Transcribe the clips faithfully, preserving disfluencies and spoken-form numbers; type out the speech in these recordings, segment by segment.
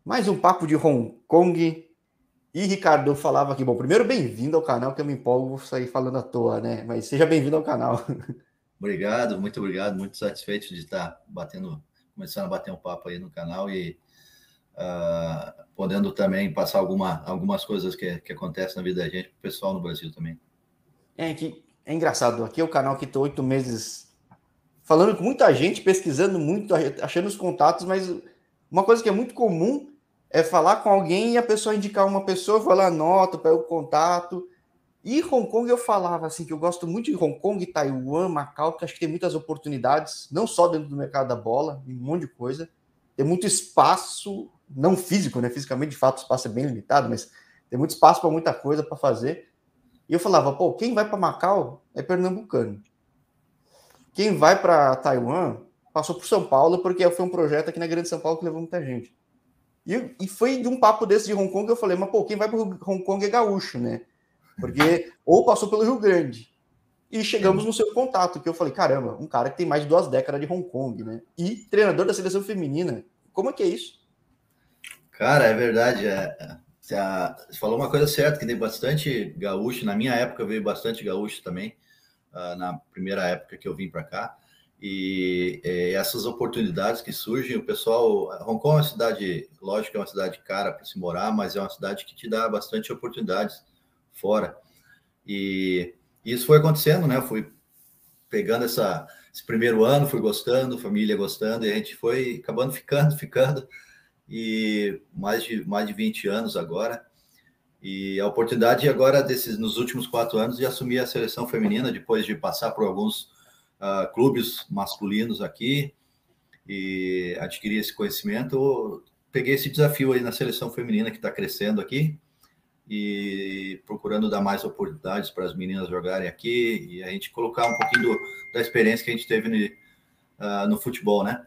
Mais um papo de Hong Kong. E Ricardo, eu falava aqui, bom, primeiro bem-vindo ao canal, que eu me empolgo, vou sair falando à toa, né? Mas seja bem-vindo ao canal. Obrigado, muito obrigado, muito satisfeito de estar batendo, começando a bater um papo aí no canal e uh, podendo também passar alguma, algumas coisas que, que acontecem na vida da gente, para o pessoal no Brasil também. É que é engraçado, aqui é o canal que estou oito meses falando com muita gente, pesquisando muito, achando os contatos, mas uma coisa que é muito comum é falar com alguém e a pessoa indicar uma pessoa, eu vou lá, anota, pego o contato. E Hong Kong eu falava assim que eu gosto muito de Hong Kong, Taiwan, Macau, que acho que tem muitas oportunidades, não só dentro do mercado da bola, um monte de coisa. Tem muito espaço, não físico, né? Fisicamente, de fato, o espaço é bem limitado, mas tem muito espaço para muita coisa para fazer. E eu falava, pô, quem vai para Macau é pernambucano. Quem vai para Taiwan passou por São Paulo, porque foi um projeto aqui na Grande São Paulo que levou muita gente. E, e foi de um papo desse de Hong Kong que eu falei, mas pô, quem vai para Hong Kong é gaúcho, né? Porque ou passou pelo Rio Grande. E É, chegamos no seu contato, que eu falei, caramba, um cara que tem mais de duas décadas de Hong Kong, né? E treinador da seleção feminina. Como é que é isso? cara, é verdade. É, é, a, você falou uma coisa certa, que tem bastante gaúcho. Na minha época veio bastante gaúcho também, uh, na primeira época que eu vim para cá. E é, essas oportunidades que surgem, o pessoal. Hong Kong é uma cidade, lógico, é uma cidade cara para se morar, mas é uma cidade que te dá bastante oportunidades fora. E isso foi acontecendo, né? Eu fui pegando essa, esse primeiro ano, fui gostando, família gostando, e a gente foi acabando ficando, ficando, e mais de, mais de vinte anos agora. E a oportunidade agora, desses, nos últimos quatro anos, de assumir a seleção feminina, depois de passar por alguns uh, clubes masculinos aqui e adquirir esse conhecimento, eu peguei esse desafio aí na seleção feminina que está crescendo aqui e procurando dar mais oportunidades para as meninas jogarem aqui e a gente colocar um pouquinho do, da experiência que a gente teve no, uh, no futebol, né?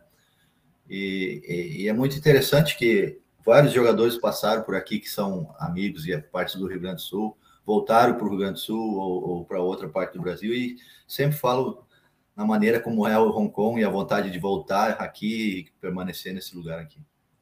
E, e, e é muito interessante que vários jogadores passaram por aqui que são amigos e parte do Rio Grande do Sul, voltaram para o Rio Grande do Sul ou, ou para outra parte do Brasil e sempre falo na maneira como é o Hong Kong e a vontade de voltar aqui e permanecer nesse lugar aqui.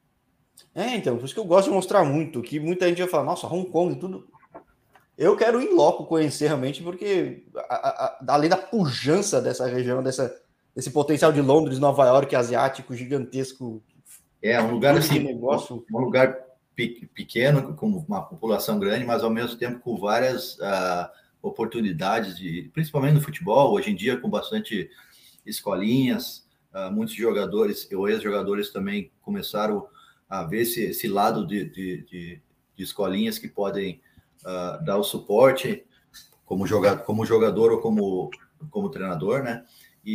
É, então, por isso que eu gosto de mostrar muito, que muita gente vai falar, nossa, Hong Kong e tudo. Eu quero ir loco conhecer realmente, porque a, a, a, além da pujança dessa região, dessa, desse potencial de Londres, Nova York, asiático, gigantesco, É um lugar clube de assim, negócio. um lugar pequeno, com uma população grande, mas ao mesmo tempo com várias uh, oportunidades, de, principalmente no futebol, hoje em dia com bastante escolinhas, uh, muitos jogadores, ou ex-jogadores também começaram a ver esse, esse lado de, de, de, de escolinhas que podem uh, dar o suporte como jogador, como jogador ou como, como treinador, né?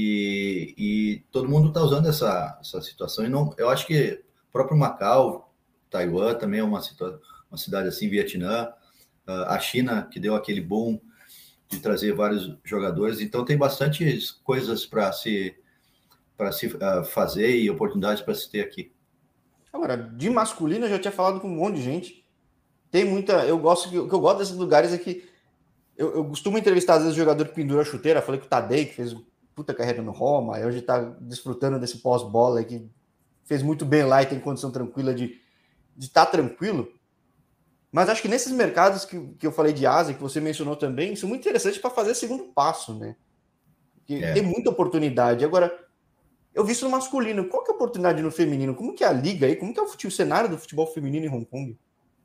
E, e todo mundo está usando essa, essa situação. E não, eu acho que o próprio Macau, Taiwan também é uma, uma cidade assim, Vietnã, a China, que deu aquele boom de trazer vários jogadores. Então, tem bastante coisas para se, para se uh, fazer e oportunidades para se ter aqui. Agora, de masculino, eu já tinha falado com um monte de gente. Tem muita. Eu gosto. O que eu gosto desses lugares é que eu, eu costumo entrevistar, às vezes, jogador que pendura a chuteira. Falei com o Tadei, que fez puta carreira no Roma, e hoje está desfrutando desse pós-bola, que fez muito bem lá e tem condição tranquila de estar tá tranquilo. Mas acho que nesses mercados que, que eu falei de Ásia, que você mencionou também, são muito interessantes para fazer segundo passo, né? Porque tem É, muita oportunidade. Agora, eu vi isso no masculino. Qual que é a oportunidade no feminino? Como que é a liga aí? Como que é o, o cenário do futebol feminino em Hong Kong?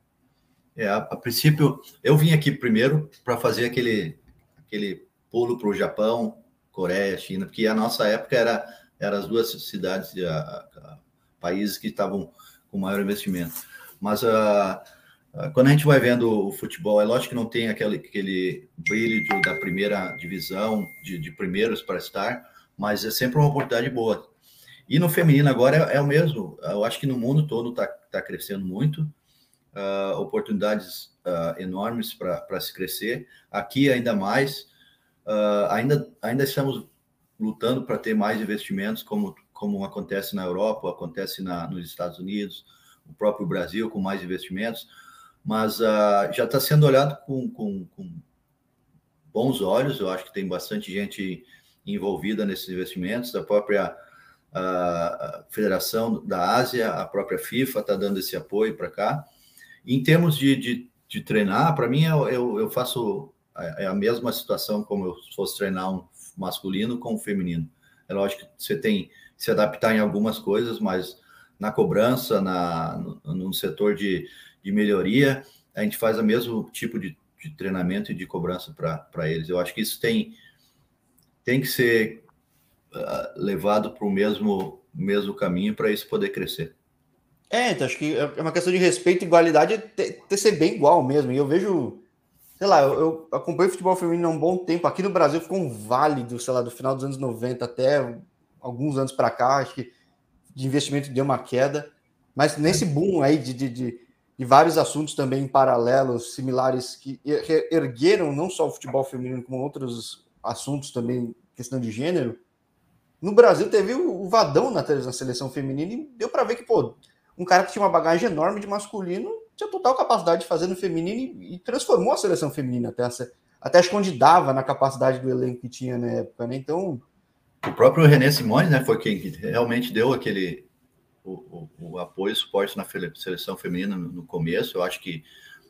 é a, a princípio, eu vim aqui primeiro para fazer aquele, aquele pulo para o Japão, Coreia, China, porque a nossa época era, era as duas cidades, a, a, países que estavam com maior investimento. Mas a, a, quando a gente vai vendo o futebol, é lógico que não tem aquele, aquele brilho de, da primeira divisão, de, de primeiros para estar, mas é sempre uma oportunidade boa. E no feminino agora é, é o mesmo. Eu acho que no mundo todo está tá crescendo muito, uh, oportunidades uh, enormes para se crescer. Aqui ainda mais, uh, ainda, ainda estamos lutando para ter mais investimentos, como, como acontece na Europa, acontece na, nos Estados Unidos, o próprio Brasil com mais investimentos, mas uh, já está sendo olhado com, com, com bons olhos. Eu acho que tem bastante gente envolvida nesses investimentos, a própria a Federação da Ásia, a própria FIFA está dando esse apoio para cá. E em termos de, de, de treinar, para mim, eu, eu, eu faço é a mesma situação como eu fosse treinar um masculino com o feminino. É lógico que você tem que se adaptar em algumas coisas, mas na cobrança, na, no, no setor de, de melhoria, a gente faz o mesmo tipo de, de treinamento e de cobrança para eles. Eu acho que isso tem, tem que ser uh, levado para o mesmo, mesmo caminho para isso poder crescer. É, então acho que é uma questão de respeito e igualdade ter, ter ser bem igual mesmo. E eu vejo, sei lá, eu, eu acompanho futebol feminino há um bom tempo. Aqui no Brasil ficou um vale do, sei lá, do final dos anos noventa até alguns anos para cá, acho que de investimento deu uma queda. Mas nesse boom aí de, de, de, de vários assuntos também paralelos, similares, que ergueram não só o futebol feminino, como outros assuntos também, questão de gênero, no Brasil teve o, o Vadão na, na seleção feminina e deu para ver que, pô, um cara que tinha uma bagagem enorme de masculino tinha total capacidade de fazer no feminino e, e transformou a seleção feminina até, até escondidava na capacidade do elenco que tinha na época, né? Então... O próprio René Simões, né, foi quem realmente deu aquele o, o, o apoio e suporte na seleção feminina no, no começo. Eu acho que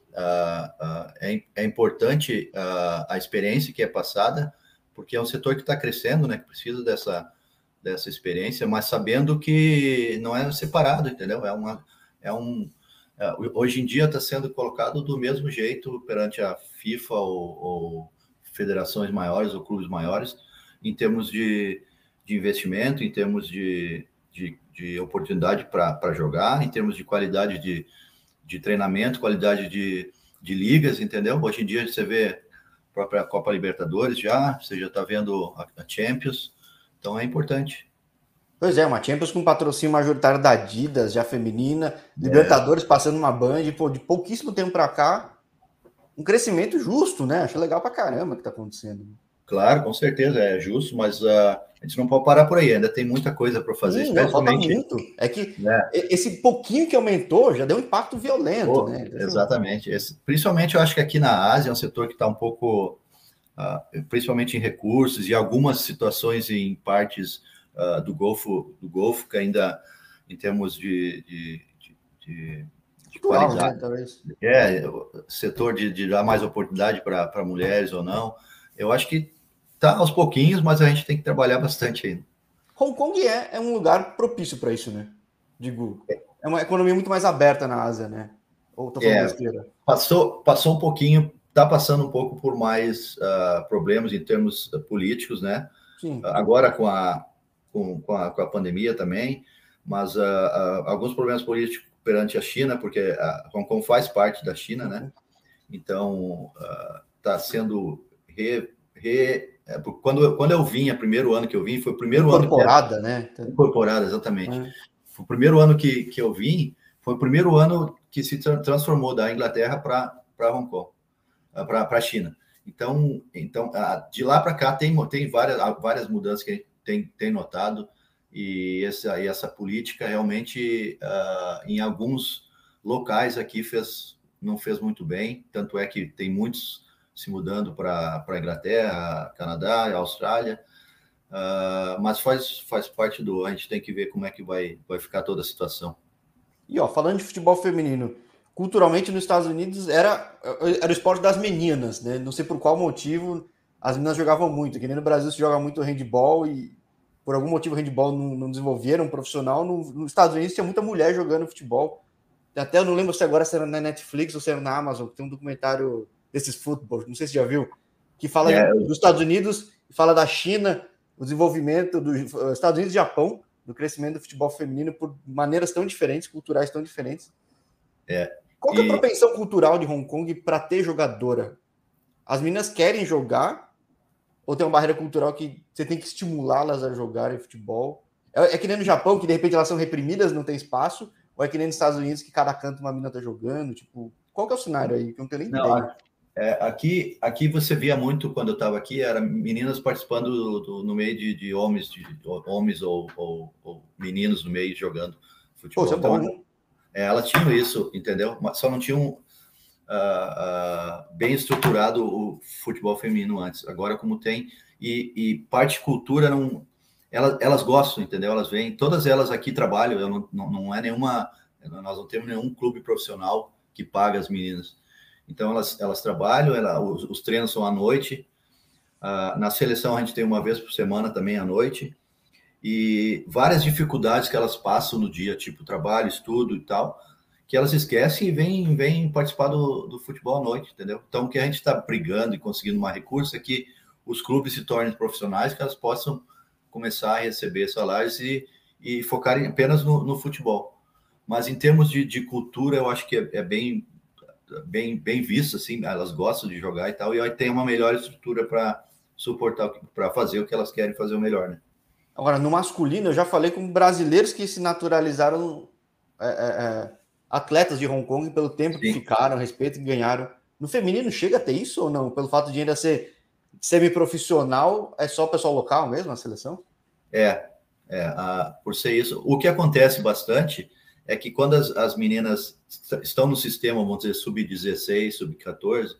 uh, uh, é, é importante uh, a experiência que é passada, porque é um setor que está crescendo, né, que precisa dessa dessa experiência, mas sabendo que não é separado, entendeu? É uma, é um, é, hoje em dia está sendo colocado do mesmo jeito perante a FIFA ou, ou federações maiores ou clubes maiores, em termos de, de investimento, em termos de, de, de oportunidade para jogar, em termos de qualidade de, de treinamento, qualidade de, de ligas, entendeu? Hoje em dia você vê a própria Copa Libertadores já, você já está vendo a, a Champions. Então é importante. Pois é, uma Champions com patrocínio majoritário da Adidas, já feminina, é. Libertadores passando uma Band, pô, de pouquíssimo tempo para cá, um crescimento justo, né? Acho legal pra caramba o que tá acontecendo. Claro, com certeza, é justo, mas uh, a gente não pode parar por aí, ainda tem muita coisa para fazer, Sim, especialmente... Não, falta muito. É que é. esse pouquinho que aumentou já deu um impacto violento, pô, né? Então, exatamente. Esse, principalmente eu acho que aqui na Ásia é um setor que está um pouco... Uh, principalmente em recursos e algumas situações em partes uh, do Golfo, do Golfo que ainda em termos de, de, de, de qualidade, né, é setor de, de dar mais oportunidade para mulheres ou não. Eu acho que tá aos pouquinhos, mas a gente tem que trabalhar bastante ainda. Hong Kong é, é um lugar propício para isso, né? Digo, é uma economia muito mais aberta na Ásia, né? Ou tô falando é, besteira? Passou, passou um pouquinho. Está passando um pouco por mais uh, problemas em termos uh, políticos, né? Sim. Uh, agora com a, com, com, a, com a pandemia também, mas uh, uh, alguns problemas políticos perante a China, porque a Hong Kong faz parte da China, né? Então, está uh, sendo re... re é, quando, eu, quando eu vim, o primeiro ano que eu vim, foi o primeiro incorporada, ano... Incorporada, né? Incorporada, exatamente. É. Foi o primeiro ano que, que eu vim, foi o primeiro ano que se tra transformou da Inglaterra para Hong Kong. Para a China. Então, então, de lá para cá tem, tem várias, várias mudanças que a gente tem, tem notado, e essa, e essa política realmente, uh, em alguns locais aqui, fez, não fez muito bem, tanto é que tem muitos se mudando para a Inglaterra, Canadá, Austrália, uh, mas faz, faz parte do... A gente tem que ver como é que vai, vai ficar toda a situação. E, ó, falando de futebol feminino, culturalmente nos Estados Unidos era, era o esporte das meninas, né? Não sei por qual motivo as meninas jogavam muito. Que nem no Brasil se joga muito handball e por algum motivo o handball não, não desenvolveram um profissional. No, nos Estados Unidos tinha muita mulher jogando futebol. Até eu não lembro se agora se era na Netflix ou se era na Amazon, que tem um documentário desses futebol, não sei se já viu, que fala é, de, dos Estados Unidos, fala da China, o desenvolvimento dos Estados Unidos e Japão, do crescimento do futebol feminino por maneiras tão diferentes, culturais tão diferentes. É. Qual que é a propensão cultural de Hong Kong para ter jogadora? As meninas querem jogar ou tem uma barreira cultural que você tem que estimulá-las a jogarem futebol? É, é que nem no Japão, que de repente elas são reprimidas, não tem espaço, ou é que nem nos Estados Unidos, que cada canto uma menina tá jogando? Tipo, qual que é o cenário aí? Que eu não tenho nem não, ideia. É, aqui, aqui você via muito, quando eu estava aqui, era meninas participando do, do, no meio de, de homens, de, de homens ou, ou, ou meninos no meio jogando futebol. Pô, isso é bom, né? É, elas tinham isso, entendeu? Mas só não tinham uh, uh, bem estruturado o futebol feminino antes. Agora, como tem, e, e parte cultura não elas, elas gostam, entendeu? Elas vêm, todas elas aqui trabalham, eu não, não, não é nenhuma, nós não temos nenhum clube profissional que paga as meninas. Então, elas, elas trabalham, ela, os, os treinos são à noite, uh, na seleção a gente tem uma vez por semana também à noite, e várias dificuldades que elas passam no dia, tipo trabalho, estudo e tal, que elas esquecem e vêm, vêm participar do, do futebol à noite, entendeu? Então, o que a gente está brigando e conseguindo mais recurso é que os clubes se tornem profissionais, que elas possam começar a receber salários e, e focarem apenas no, no futebol. Mas em termos de, de cultura, eu acho que é, é bem, bem, bem visto, assim, elas gostam de jogar e tal, e aí tem uma melhor estrutura para suportar, para fazer o que elas querem fazer o melhor, né? Agora, no masculino, eu já falei com brasileiros que se naturalizaram é, é, atletas de Hong Kong pelo tempo que Sim. ficaram, respeito que ganharam. No feminino, chega a ter isso ou não? Pelo fato de ainda ser semiprofissional, é só o pessoal local mesmo na seleção? É, é a, por ser isso. O que acontece bastante é que quando as, as meninas estão no sistema, vamos dizer, sub dezesseis, sub quatorze,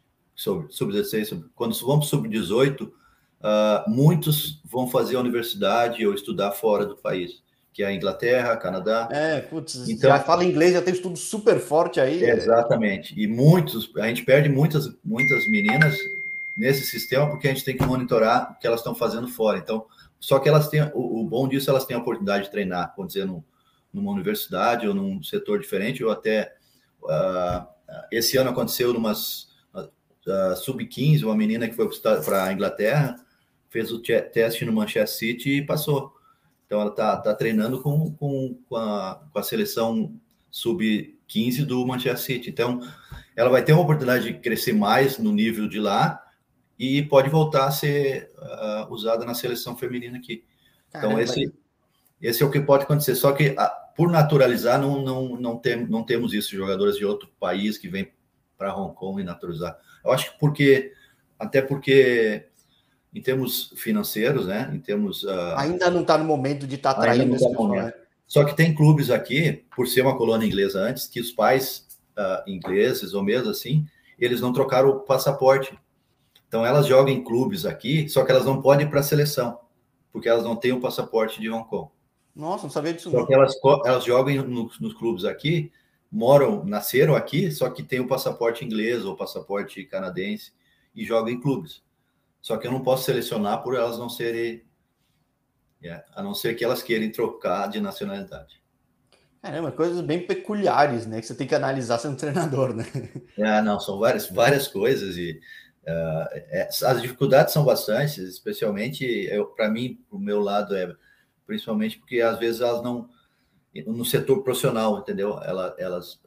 sub dezesseis, quando vão para o sub dezoito, uh, muitos vão fazer a universidade ou estudar fora do país, que é a Inglaterra, Canadá. É, putz, então, já fala inglês, já tem estudo super forte aí. Exatamente. E muitos, a gente perde muitas, muitas meninas nesse sistema porque a gente tem que monitorar o que elas estão fazendo fora. Então, só que elas têm, o, o bom disso, elas têm a oportunidade de treinar, vamos dizer, no, numa universidade ou num setor diferente, ou até, uh, esse ano aconteceu numas uh, sub quinze, uma menina que foi para a Inglaterra, fez o teste no Manchester City e passou. Então, ela está tá treinando com, com, com, a, com a seleção sub quinze do Manchester City. Então, ela vai ter uma oportunidade de crescer mais no nível de lá e pode voltar a ser uh, usada na seleção feminina aqui. Caramba, então, esse, esse é o que pode acontecer. Só que, uh, por naturalizar, não, não, não, tem, não temos isso, jogadores de outro país que vêm para Hong Kong e naturalizar. Eu acho que porque, até porque, em termos financeiros, né, em termos... Uh, ainda não está no momento de estar tá atraindo esse pessoal, né? Só que tem clubes aqui, por ser uma colônia inglesa antes, que os pais uh, ingleses, ou mesmo assim, eles não trocaram o passaporte. Então, elas jogam em clubes aqui, só que elas não podem ir para a seleção, porque elas não têm o passaporte de Hong Kong. Nossa, não sabia disso só não. Que elas, elas jogam nos, nos clubes aqui, moram, nasceram aqui, só que tem o passaporte inglês ou passaporte canadense, e jogam em clubes. Só que eu não posso selecionar por elas não serem... Yeah, a não ser que elas queiram trocar de nacionalidade. Caramba, coisas bem peculiares, né? Que você tem que analisar sendo treinador, né? É, não, são várias, várias coisas e uh, é, as dificuldades são bastantes, especialmente para mim, o meu lado é principalmente porque às vezes elas não no setor profissional, entendeu? Elas, elas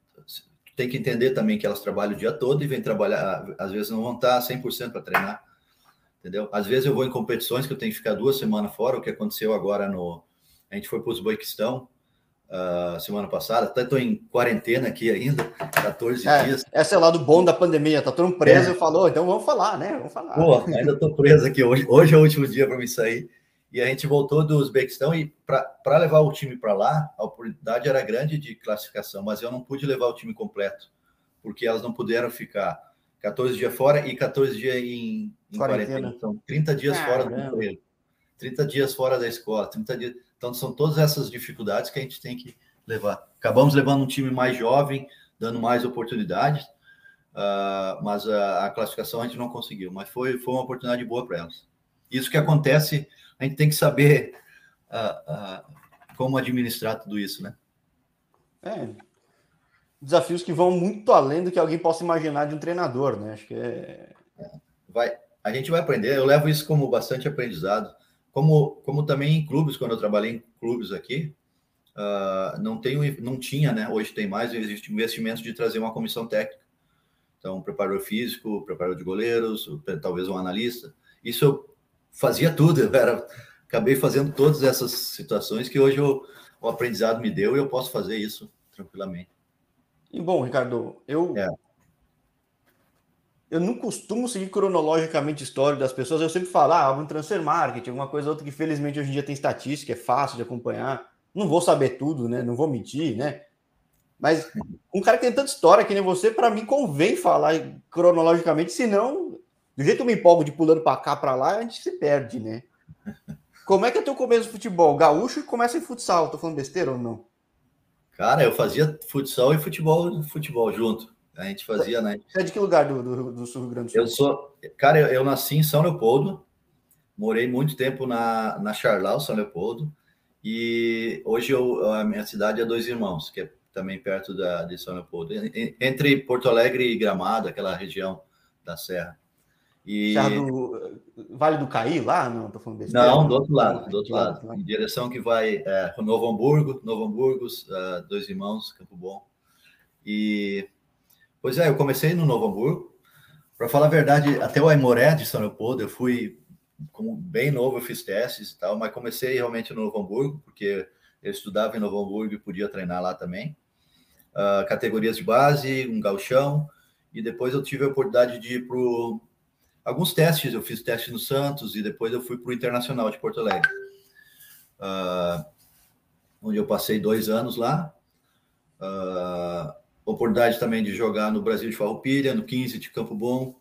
tem que entender também que elas trabalham o dia todo e vêm trabalhar, às vezes não vão estar cem por cento para treinar. Entendeu? Às vezes eu vou em competições que eu tenho que ficar duas semanas fora, o que aconteceu agora no... A gente foi para o Uzbequistão uh, semana passada, até estou em quarentena aqui ainda, quatorze é, dias. Essa é o lado bom da pandemia, tá todo mundo preso, é. Falou, então vamos falar, né? Vamos falar. Pô, ainda estou preso aqui, hoje, hoje é o último dia para me sair, e a gente voltou do Uzbequistão e para levar o time para lá, a oportunidade era grande de classificação, mas eu não pude levar o time completo, porque elas não puderam ficar quatorze dias fora e quatorze dias em, em quarentena. quarentena. São trinta dias Caramba. fora do treino, trinta dias fora da escola, trinta dias. Então, são todas essas dificuldades que a gente tem que levar. Acabamos levando um time mais jovem, dando mais oportunidades, uh, mas a, a classificação a gente não conseguiu. Mas foi, foi uma oportunidade boa para elas. Isso que acontece, a gente tem que saber uh, uh, como administrar tudo isso, né? É. Desafios que vão muito além do que alguém possa imaginar de um treinador, né? Acho que é... Vai, a gente vai aprender, eu levo isso como bastante aprendizado. Como, como também em clubes, quando eu trabalhei em clubes aqui, uh, não, tenho, não tinha, né? Hoje tem mais, existe investimento de trazer uma comissão técnica. Então, preparador físico, preparador de goleiros, talvez um analista. Isso eu fazia tudo, eu era, acabei fazendo todas essas situações que hoje eu, o aprendizado me deu e eu posso fazer isso tranquilamente. E bom, Ricardo, eu, é. eu não costumo seguir cronologicamente a história das pessoas, eu sempre falo, ah, um transfer marketing, alguma coisa outra que felizmente hoje em dia tem estatística, é fácil de acompanhar, não vou saber tudo, né, não vou mentir, né, mas um cara que tem tanta história que nem você, para mim convém falar cronologicamente, senão, do jeito que eu me empolgo de pulando para cá, para lá, a gente se perde, né. Como é que é teu começo do futebol? Gaúcho e começa em futsal. Tô falando besteira ou não? Cara, eu fazia futsal e futebol, futebol junto. A gente fazia, né? Você é de que lugar do, do, do Sul Rio Grande do Eu Sul? sou, cara, eu, eu nasci em São Leopoldo, morei muito tempo na, na Charlau, São Leopoldo, e hoje eu, a minha cidade é Dois Irmãos, que é também perto da, de São Leopoldo, entre Porto Alegre e Gramado, aquela região da Serra. Serra E do Vale do Caí, lá? Não, tô falando besteira? não, do Não. outro lado, do outro Lado, lado, lá. em direção que vai é, Novo Hamburgo, Novo Hamburgo, uh, Dois Irmãos, Campo Bom. E, pois é, eu comecei no Novo Hamburgo. Para falar a verdade, até o Aimoré de São Leopoldo, eu fui como bem novo, eu fiz testes e tal, mas comecei realmente no Novo Hamburgo, porque eu estudava em Novo Hamburgo e podia treinar lá também. Uh, categorias de base, um gauchão, e depois eu tive a oportunidade de ir para alguns testes. Eu fiz testes no Santos e depois eu fui para o Internacional de Porto Alegre, uh, onde eu passei dois anos lá. Uh, oportunidade também de jogar no Brasil de Farroupilha, no quinze de Campo Bom,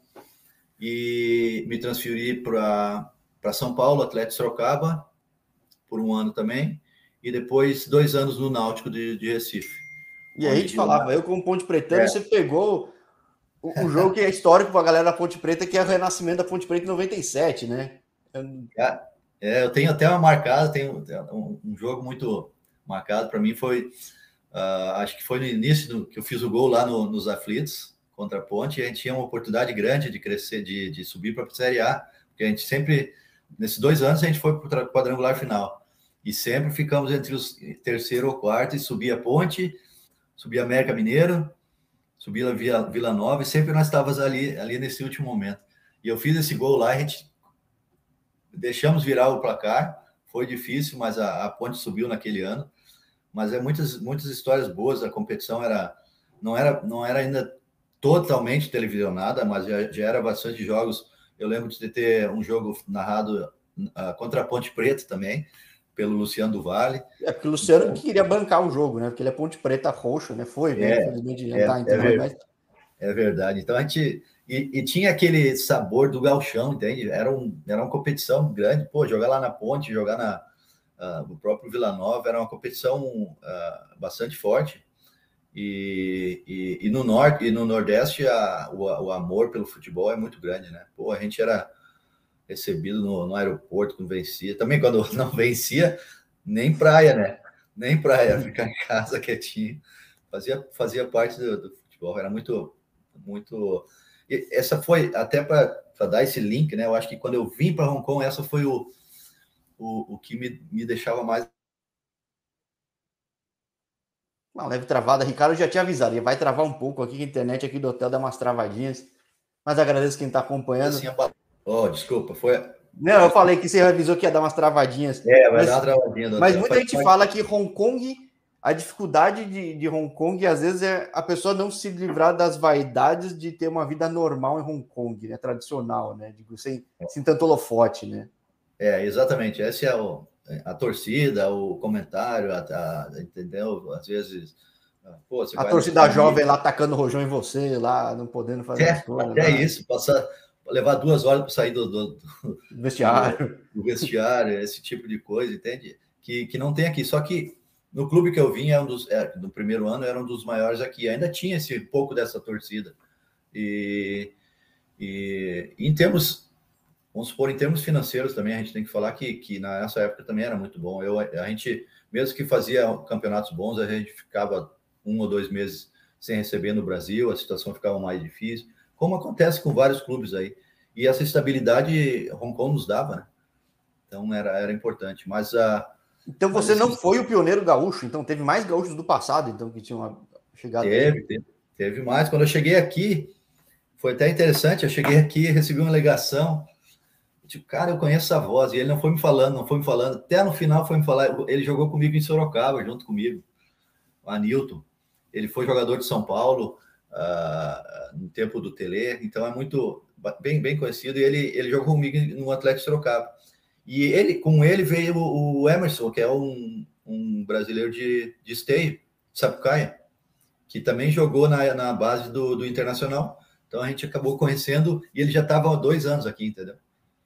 e me transferi para São Paulo, Atlético Sorocaba, por um ano também, e depois dois anos no Náutico de, de Recife. E aí Onde te de lá... falava, eu como Ponte Pretano, é. você pegou o, o jogo que é histórico para a galera da Ponte Preta, que é o renascimento da Ponte Preta em noventa e sete, né? Eu... É, eu tenho até uma marcada, tenho um, um jogo muito marcado para mim, foi, uh, acho que foi no início do, que eu fiz o gol lá no, nos Aflitos, contra a Ponte, e a gente tinha uma oportunidade grande de crescer, de, de subir para a Série A, porque a gente sempre, nesses dois anos, a gente foi para o quadrangular final, e sempre ficamos entre os terceiro ou quarto, e subia a Ponte, subia América Mineiro, subia Vila, Vila Nova, e sempre nós estávamos ali, ali nesse último momento. E eu fiz esse gol lá, a gente deixamos virar o placar, foi difícil, mas a, a Ponte subiu naquele ano. Mas é muitas, muitas histórias boas, a competição era, não, era, não era ainda totalmente televisionada, mas já, já era bastante jogos. Eu lembro de ter um jogo narrado uh, contra a Ponte Preta também, pelo Luciano do Vale. É porque o Luciano então, queria bancar o jogo, né? Porque ele é Ponte Preta roxo, né? Foi, né? É, Infelizmente já é, tá entre é, nós, ver, mas... é verdade. Então a gente... E, e tinha aquele sabor do gauchão, entende? Era, um, era uma competição grande. Pô, jogar lá na Ponte, jogar na, uh, no próprio Vila Nova, era uma competição uh, bastante forte. E, e, e no Norte e no Nordeste, a, o, o amor pelo futebol é muito grande, né? Pô, a gente era recebido no, no aeroporto quando vencia. Também quando não vencia, nem praia, né? Nem praia, ficar em casa quietinho. Fazia, fazia parte do, do futebol, era muito... muito e essa foi até para dar esse link, né? Eu acho que quando eu vim para Hong Kong, essa foi o, o, o que me, me deixava mais. Uma leve travada, Ricardo já tinha avisado, vai travar um pouco aqui, que a internet aqui do hotel dá umas travadinhas, mas agradeço quem está acompanhando. Assim, oh, desculpa, foi. Não, eu falei que você avisou que ia dar umas travadinhas. É, vai mas, dar uma travadinha do mas hotel. muita gente fala que Hong Kong, a dificuldade de, de Hong Kong, às vezes, é a pessoa não se livrar das vaidades de ter uma vida normal em Hong Kong, né? Tradicional, né? Digo, sem, sem tanto holofote, né? É, exatamente. Essa é o, a torcida, o comentário, a, a, entendeu? Às vezes. Pô, a torcida jovem lá tacando rojão em você, lá não podendo fazer é, as coisas. Até lá. Isso, passar, levar duas horas para sair do, do, do, vestiário. Do, do vestiário, esse tipo de coisa, entende? Que, que não tem aqui. Só que no clube que eu vim, é um dos, é, no primeiro ano, era um dos maiores aqui. Ainda tinha esse pouco dessa torcida. E, e em termos, vamos supor, em termos financeiros também, a gente tem que falar que, que nessa época também era muito bom. Eu, a gente, mesmo que fazia campeonatos bons, a gente ficava um ou dois meses sem receber no Brasil, a situação ficava mais difícil, como acontece com vários clubes aí. E essa estabilidade Hong Kong nos dava, né? Então era, era importante. Mas a. Então você mas, não assim, foi o pioneiro gaúcho, então teve mais gaúchos do passado, então, que tinham chegado. Teve, aí. teve, teve mais. Quando eu cheguei aqui, foi até interessante, eu cheguei aqui, recebi uma ligação. Tipo, cara, eu conheço essa voz, e ele não foi me falando, não foi me falando. Até no final foi me falar, ele jogou comigo em Sorocaba, junto comigo, o Anilton. Ele foi jogador de São Paulo uh, no tempo do Tele, então é muito bem, bem conhecido, e ele, ele jogou comigo no Atlético Sorocaba. E ele, com ele veio o Emerson, que é um, um brasileiro de, de Esteio, Sapucaia, que também jogou na, na base do, do Internacional. Então a gente acabou conhecendo, e ele já estava há dois anos aqui, entendeu?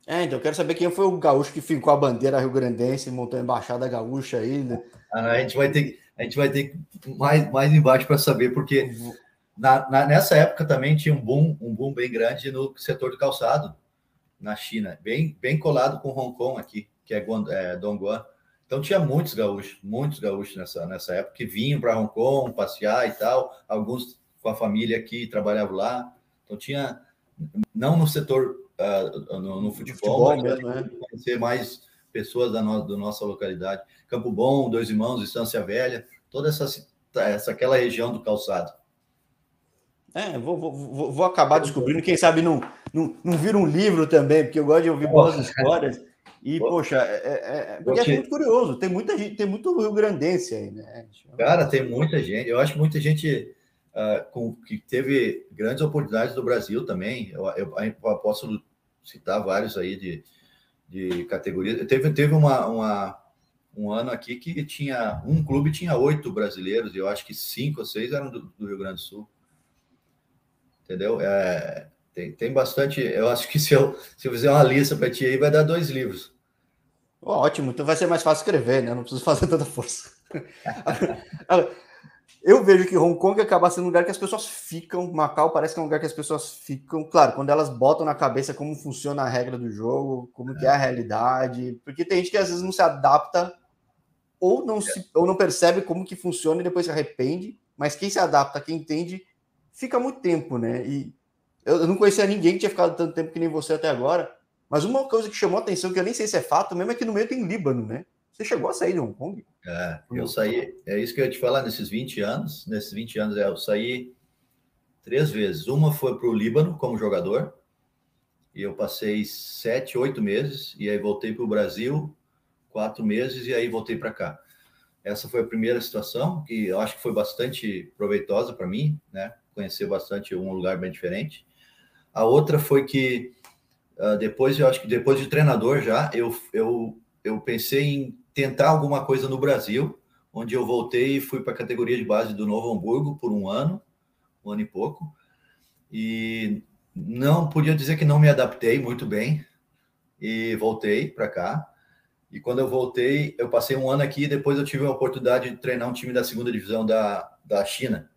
É, então eu quero saber quem foi o gaúcho que ficou a bandeira rio-grandense, montou a embaixada gaúcha aí, né? A gente vai ter, a gente vai ter mais, mais embaixo para saber, porque na, na, nessa época também tinha um boom, um boom bem grande no setor do calçado na China, bem, bem colado com Hong Kong aqui, que é, é Dongguan. Então tinha muitos gaúchos, muitos gaúchos nessa, nessa época que vinham para Hong Kong passear e tal, alguns com a família aqui trabalhavam lá. Então tinha, não no setor, uh, no, no futebol, futebol mas mesmo, é. conhecer mais pessoas da, no, da nossa localidade. Campo Bom, Dois Irmãos, Estância Velha, toda essa, essa aquela região do calçado. É, vou, vou, vou acabar descobrindo, quem sabe não, não, não vira um livro também, porque eu gosto de ouvir boas histórias. E, poxa, é, é, é porque acho muito curioso, tem muita gente, tem muito rio-grandense aí, né? Cara, tem muita gente, eu acho que muita gente uh, com, que teve grandes oportunidades do Brasil também. Eu, eu, eu posso citar vários aí de, de categorias. Teve, teve uma, uma, um ano aqui que tinha um clube tinha oito brasileiros, e eu acho que cinco ou seis eram do, do Rio Grande do Sul. Entendeu? É, tem, tem bastante. Eu acho que se eu, se eu fizer uma lista para ti aí, vai dar dois livros. Ótimo, então vai ser mais fácil escrever, né? Não preciso fazer tanta força. Eu vejo que Hong Kong acaba sendo um lugar que as pessoas ficam, Macau parece que é um lugar que as pessoas ficam, claro, quando elas botam na cabeça como funciona a regra do jogo, como que é a realidade, porque tem gente que às vezes não se adapta ou não, se, ou não percebe como que funciona e depois se arrepende, mas quem se adapta, quem entende, fica muito tempo, né? E eu não conhecia ninguém que tinha ficado tanto tempo que nem você até agora, mas uma coisa que chamou a atenção, que eu nem sei se é fato mesmo, é que no meio tem Líbano, né? Você chegou a sair de Hong Kong? É, eu saí, é isso que eu ia te falar, nesses vinte anos, nesses vinte anos eu saí três vezes. Uma foi para o Líbano como jogador, e eu passei sete, oito meses, e aí voltei para o Brasil, quatro meses, e aí voltei para cá. Essa foi a primeira situação, que eu acho que foi bastante proveitosa para mim, né? Conhecer bastante um lugar bem diferente. A outra foi que, uh, depois, eu acho que depois de treinador já, eu, eu, eu pensei em tentar alguma coisa no Brasil, onde eu voltei e fui para a categoria de base do Novo Hamburgo por um ano, um ano e pouco, e não podia dizer que não me adaptei muito bem, e voltei para cá. E quando eu voltei, eu passei um ano aqui e depois eu tive a oportunidade de treinar um time da segunda divisão da, da China.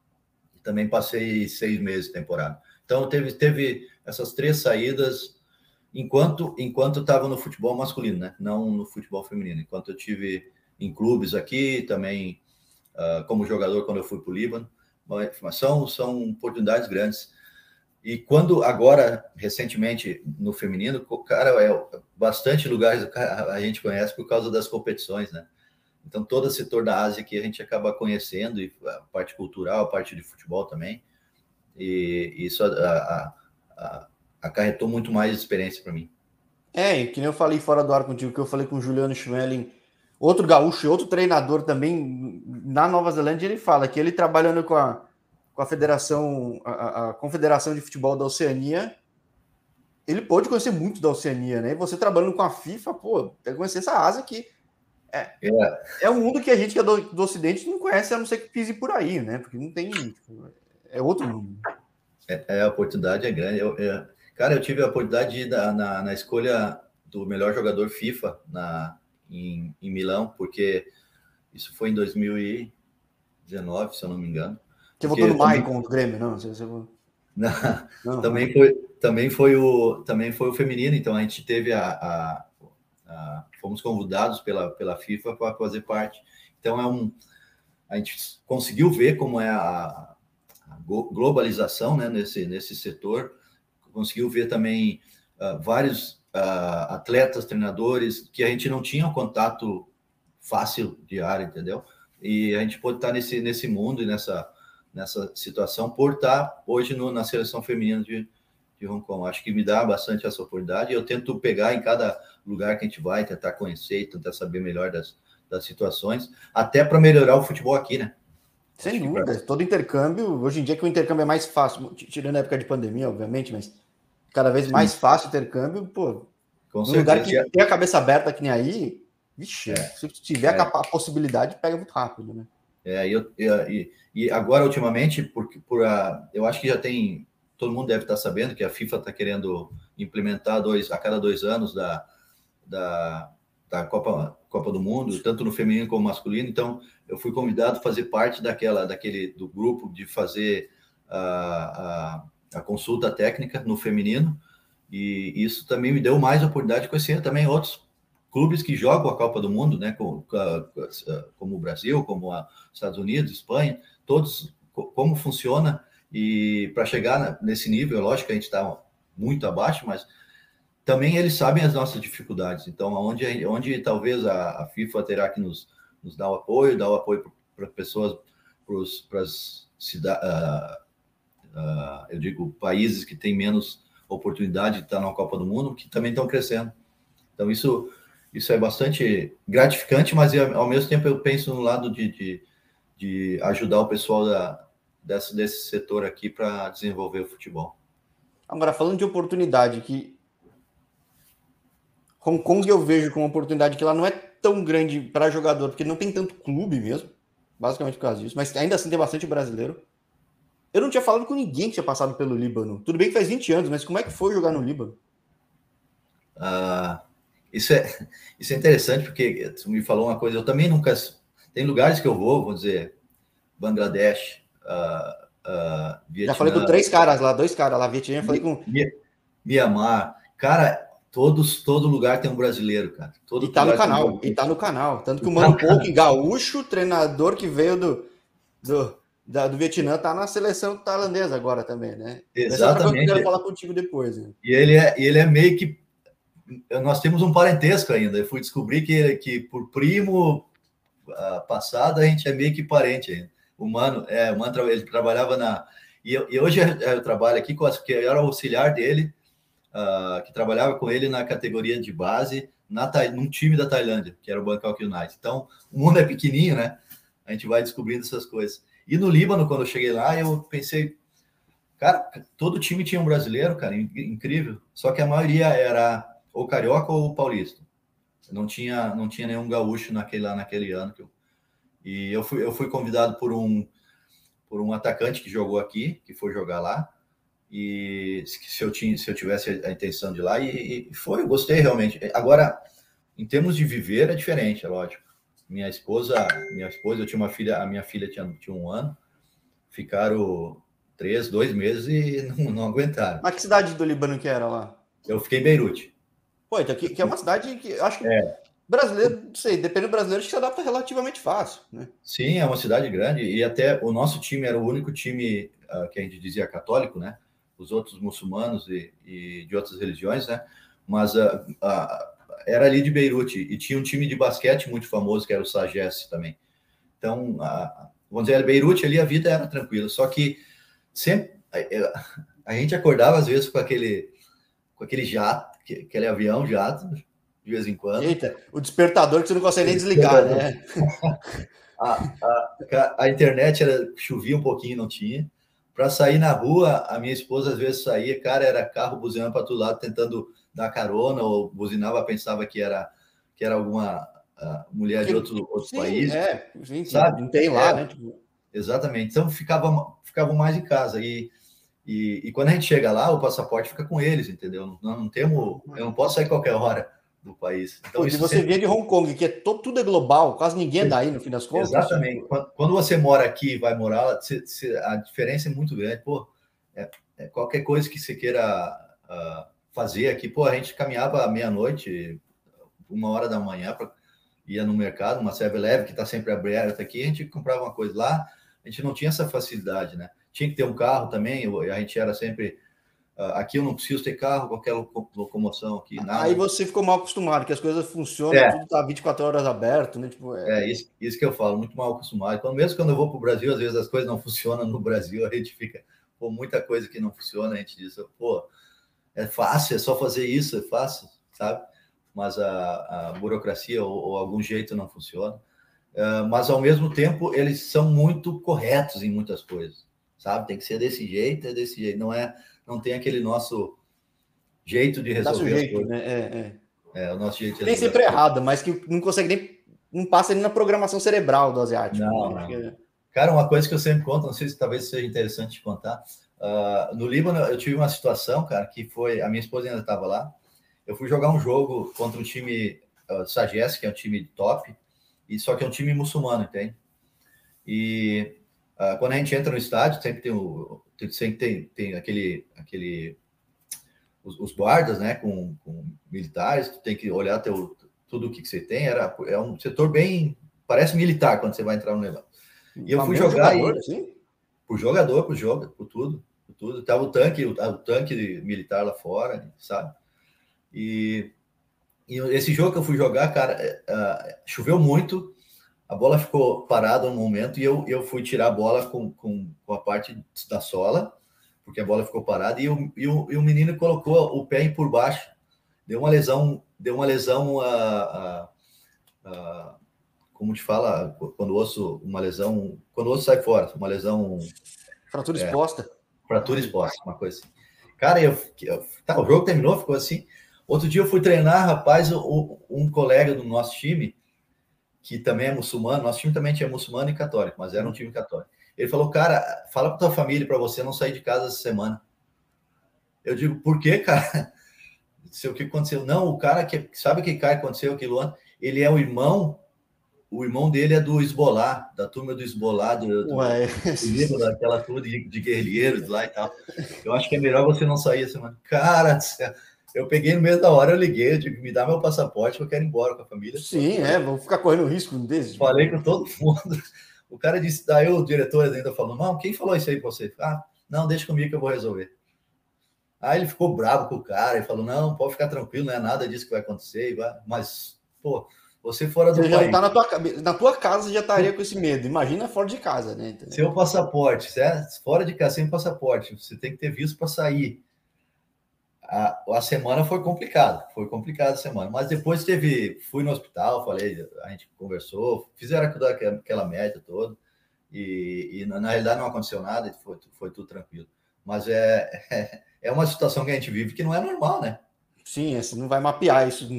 E também passei seis meses de temporada. Então, teve, teve essas três saídas enquanto enquanto estava no futebol masculino, né? Não no futebol feminino. Enquanto eu tive em clubes aqui, também uh, como jogador quando eu fui para o Líbano. Mas são, são oportunidades grandes. E quando agora, recentemente, no feminino, cara, é bastante lugares a gente conhece por causa das competições, né? Então, todo o setor da Ásia que a gente acaba conhecendo, e a parte cultural, a parte de futebol também. E isso a, a, a, acarretou muito mais experiência para mim. É, e que nem eu falei fora do ar contigo, que eu falei com o Juliano Schmeling, outro gaúcho, outro treinador também na Nova Zelândia, ele fala que ele trabalhando com a, com a Federação, a, a Confederação de Futebol da Oceania, ele pôde conhecer muito da Oceania, né? E você trabalhando com a FIFA, pô, deve conhecer essa Ásia que é, é. é um mundo que a gente que é do, do Ocidente não conhece, a não ser que pise por aí, né? Porque não tem. Tipo, é outro mundo. É, é, a oportunidade é grande. Eu, eu, cara, eu tive a oportunidade de ir na, na, na escolha do melhor jogador FIFA na, em, em Milão, porque isso foi em dois mil e dezenove, se eu não me engano. Você votou no Maicon do Grêmio, não? Você, você... Não, não, também, foi, também, foi o, também foi o feminino, então a gente teve a. a, a fomos convidados pela, pela FIFA para fazer parte. Então é um. A gente conseguiu ver como é a, a globalização, né, nesse, nesse setor, conseguiu ver também uh, vários uh, atletas, treinadores, que a gente não tinha um contato fácil diário, entendeu? E a gente pode estar nesse, nesse mundo e nessa. nessa situação, por estar hoje no, na seleção feminina de, de Hong Kong. Acho que me dá bastante essa oportunidade. Eu tento pegar em cada lugar que a gente vai, tentar conhecer, tentar saber melhor das, das situações, até para melhorar o futebol aqui, né? Sem Acho dúvida. Pra... Todo intercâmbio, hoje em dia que o intercâmbio é mais fácil, tirando a época de pandemia, obviamente, mas cada vez Sim. mais fácil o intercâmbio, pô. Com num lugar que tem a cabeça aberta que nem aí, vixe, é. se tiver é. a possibilidade, pega muito rápido, né? É, eu, eu, e, e agora, ultimamente, porque por a, eu acho que já tem todo mundo deve estar sabendo que a FIFA está querendo implementar dois, a cada dois anos da, da, da Copa, Copa do Mundo, tanto no feminino como no masculino. Então, eu fui convidado a fazer parte daquela, daquele, do grupo de fazer a, a, a consulta técnica no feminino, e isso também me deu mais oportunidade de conhecer também outros clubes que jogam a Copa do Mundo, né, como, como o Brasil, como os Estados Unidos, Espanha, todos, como funciona, e para chegar nesse nível, lógico que a gente está muito abaixo, mas também eles sabem as nossas dificuldades. Então, onde, onde talvez a, a FIFA terá que nos, nos dar o apoio, dar o apoio para pessoas, para as cidades, uh, uh, eu digo, países que têm menos oportunidade de estar na Copa do Mundo, que também estão crescendo. Então, isso, isso é bastante gratificante, mas ao mesmo tempo eu penso no lado de, de, de ajudar o pessoal da, desse, desse setor aqui para desenvolver o futebol. Agora, falando de oportunidade, que Hong Kong eu vejo como uma oportunidade que ela não é tão grande para jogador, porque não tem tanto clube mesmo, basicamente por causa disso, mas ainda assim tem bastante brasileiro. Eu não tinha falado com ninguém que tinha passado pelo Líbano. Tudo bem que faz vinte anos, mas como é que foi jogar no Líbano? Uh, isso, é, isso é interessante, porque tu me falou uma coisa, eu também nunca... Tem lugares que eu vou, vou dizer, Bangladesh, uh, uh, Vietnã... Já falei com três caras lá, dois caras lá, Vietnã, falei com... Myanmar, cara... Todos, todo lugar tem um brasileiro, cara. Todo e tá no canal, um e tá no canal. Tanto que o Mano Pouco, gaúcho, treinador que veio do, do, da, do Vietnã, tá na seleção tailandesa agora também, né? Exatamente. Eu quero falar contigo depois. Né? E ele é, ele é meio que... Nós temos um parentesco ainda. Eu fui descobrir que, que por primo uh, passado, a gente é meio que parente ainda. O Mano, é, o Mano ele trabalhava na... E, eu, e hoje eu trabalho aqui, com as, que eu era auxiliar dele, Uh, que trabalhava com ele na categoria de base, na, num time da Tailândia, que era o Bangkok United. Então, o mundo é pequenininho, né? A gente vai descobrindo essas coisas. E no Líbano, quando eu cheguei lá, eu pensei, cara, todo time tinha um brasileiro, cara, incrível. Só que a maioria era ou carioca ou paulista. Não tinha, não tinha nenhum gaúcho naquele, lá naquele ano. Que eu... E eu fui, eu fui convidado por um, por um atacante que jogou aqui, que foi jogar lá. E se eu, tinha, se eu tivesse a intenção de ir lá, e, e foi, eu gostei realmente. Agora, em termos de viver, é diferente, é lógico. Minha esposa, minha esposa, eu tinha uma filha, a minha filha tinha, tinha um ano, ficaram três, dois meses e não, não aguentaram. Mas que cidade do Líbano que era lá? Eu fiquei em Beirute. Pô, então que, que é uma cidade que eu acho que é. brasileiro, não sei, dependendo do brasileiro, acho que se adapta relativamente fácil, né? Sim, é uma cidade grande, e até o nosso time era o único time uh, que a gente dizia católico, né? Os outros muçulmanos e, e de outras religiões, né? Mas uh, uh, era ali de Beirute, e tinha um time de basquete muito famoso, que era o Sagesse também. Então, uh, vamos dizer, Beirute ali a vida era tranquila, só que sempre a, a gente acordava às vezes com aquele, com aquele jato, aquele avião jato, de vez em quando. Eita, o despertador que você não consegue nem desligar, né? a, a, a internet era, chovia um pouquinho, não tinha. Para sair na rua, a minha esposa às vezes saía, cara, era carro buzinando para todo lado, tentando dar carona, ou buzinava, pensava que era, que era alguma uh, mulher que, de outro, outro sim, país. É, sim, sabe? Não tem lá, é, né? Tipo... Exatamente. Então, ficava, ficavam mais em casa. E, e, e quando a gente chega lá, o passaporte fica com eles, entendeu? Não, não temos, eu não posso sair qualquer hora do país. Então, Pô, isso e você sempre... vê de Hong Kong, que é todo, tudo é global, quase ninguém é daí, no fim das contas. Exatamente. Tipo... Quando, quando você mora aqui e vai morar lá, você, você, a diferença é muito grande. Pô, é, é qualquer coisa que você queira uh, fazer aqui, pô, a gente caminhava à meia-noite, uma hora da manhã, pra, ia no mercado, uma seven eleven que está sempre aberta aqui, a gente comprava uma coisa lá, a gente não tinha essa facilidade, né? Tinha que ter um carro também, a gente era sempre... Uh, aqui eu não preciso ter carro, qualquer locomoção aqui, nada. Aí você ficou mal acostumado, que as coisas funcionam, é. tudo tá vinte e quatro horas aberto, né? Tipo, é, é isso, isso que eu falo, muito mal acostumado. Quando, mesmo quando eu vou para o Brasil, às vezes as coisas não funcionam no Brasil, a gente fica, pô, muita coisa que não funciona, a gente diz, pô, é fácil, é só fazer isso, é fácil, sabe? Mas a, a burocracia ou, ou algum jeito não funciona. Uh, mas, ao mesmo tempo, eles são muito corretos em muitas coisas, sabe? Tem que ser desse jeito, é desse jeito, não é... Não tem aquele nosso jeito de resolver jeito, as coisas. Né? É, é. é, o nosso jeito de Nem sempre é errado, mas que não consegue nem... Não passa nem na programação cerebral do asiático. Não, né? não. Cara, uma coisa que eu sempre conto, não sei se talvez seja interessante te contar, Uh, no Líbano, eu tive uma situação, cara, que foi... A minha esposa ainda estava lá. Eu fui jogar um jogo contra um time uh, Sagesse, que é um time top, e só que é um time muçulmano, entende? E uh, quando a gente entra no estádio, sempre tem, o, sempre tem, tem aquele... aquele os, os guardas, né, com, com militares, tu tem que olhar teu, tudo o que, que você tem. Era, é um setor bem... Parece militar quando você vai entrar no negócio. E eu fui jogar jogador, e... Assim? Por jogador, por jogo, por tudo. Tudo. Tava o tanque, o, o tanque militar lá fora, sabe? E, e esse jogo que eu fui jogar, cara, uh, choveu muito, a bola ficou parada um momento e eu, eu fui tirar a bola com, com, com a parte da sola, porque a bola ficou parada, e o, e o, e o menino colocou o pé por baixo, deu uma lesão, deu uma lesão, a, a, a, como te fala, quando o osso, uma lesão, quando o osso sai fora, uma lesão... Fratura é, exposta. Fratura exposta, uma coisa assim. Cara, eu, eu, tá, o jogo terminou, ficou assim. Outro dia eu fui treinar, rapaz, o, um colega do nosso time, que também é muçulmano, nosso time também tinha muçulmano e católico, mas era um time católico. Ele falou, cara, fala pra tua família, para você não sair de casa essa semana. Eu digo, por quê, cara? O que aconteceu? Não, o cara que sabe o que aconteceu aquilo ano, ele é o irmão, o irmão dele é do Hezbollah, da turma do Hezbollah, do, do, do, daquela turma de, de guerrilheiros lá e tal. Eu acho que é melhor você não sair essa semana. Cara, eu peguei no meio da hora, eu liguei, eu digo, me dá meu passaporte, eu quero ir embora com a família. Sim, é, vou ficar correndo risco desse. Falei com todo mundo. O cara disse, daí o diretor ainda falou, não, quem falou isso aí pra você? Ah, não, deixa comigo que eu vou resolver. Aí ele ficou bravo com o cara e falou, não, pode ficar tranquilo, não é nada disso que vai acontecer, mas, pô, você fora do você já país. Tá na, tua, na tua casa já estaria com esse medo, imagina fora de casa, né? Entendeu? Seu passaporte, certo? Fora de casa, sem passaporte, você tem que ter visto para sair. A, a semana foi complicada, foi complicada a semana, mas depois teve, fui no hospital, falei, a gente conversou, fizeram aquela, aquela média toda, e, e na, na realidade não aconteceu nada, foi, foi tudo tranquilo. Mas é, é, é uma situação que a gente vive que não é normal, né? Sim, você não vai mapear isso.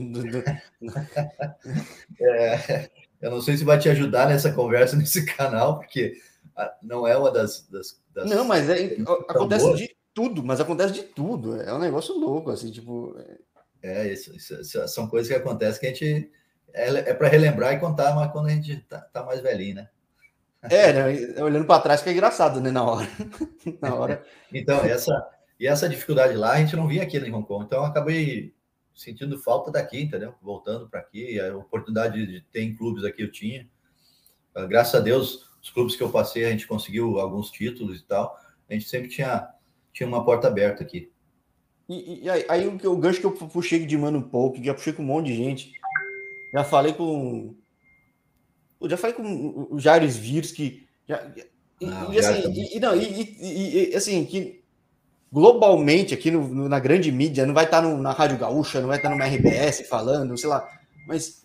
É, eu não sei se vai te ajudar nessa conversa, nesse canal, porque não é uma das... das, das não, mas é, acontece boas. De tudo, mas acontece de tudo. É um negócio louco, assim, tipo... É, isso, isso são coisas que acontecem que a gente... É, é para relembrar e contar, mas quando a gente tá, tá mais velhinho, né? É, né? Olhando para trás que é engraçado, né? Na hora. Na hora. Então, essa, e essa dificuldade lá, a gente não via aqui em Hong Kong. Então, eu acabei sentindo falta daqui, entendeu? Voltando para aqui, a oportunidade de ter em clubes aqui eu tinha. Graças a Deus, os clubes que eu passei, a gente conseguiu alguns títulos e tal. A gente sempre tinha, tinha uma porta aberta aqui. E, e aí, aí o, o gancho que eu puxei de Mano Pouco, já puxei com um monte de gente. Já falei com... Eu já falei com o Jairo Svirsky. Já, e, ah, e, assim, e, e, não, e, e, assim, que globalmente aqui no, no, na grande mídia, não vai estar no, na Rádio Gaúcha, não vai estar no R B S falando, sei lá, mas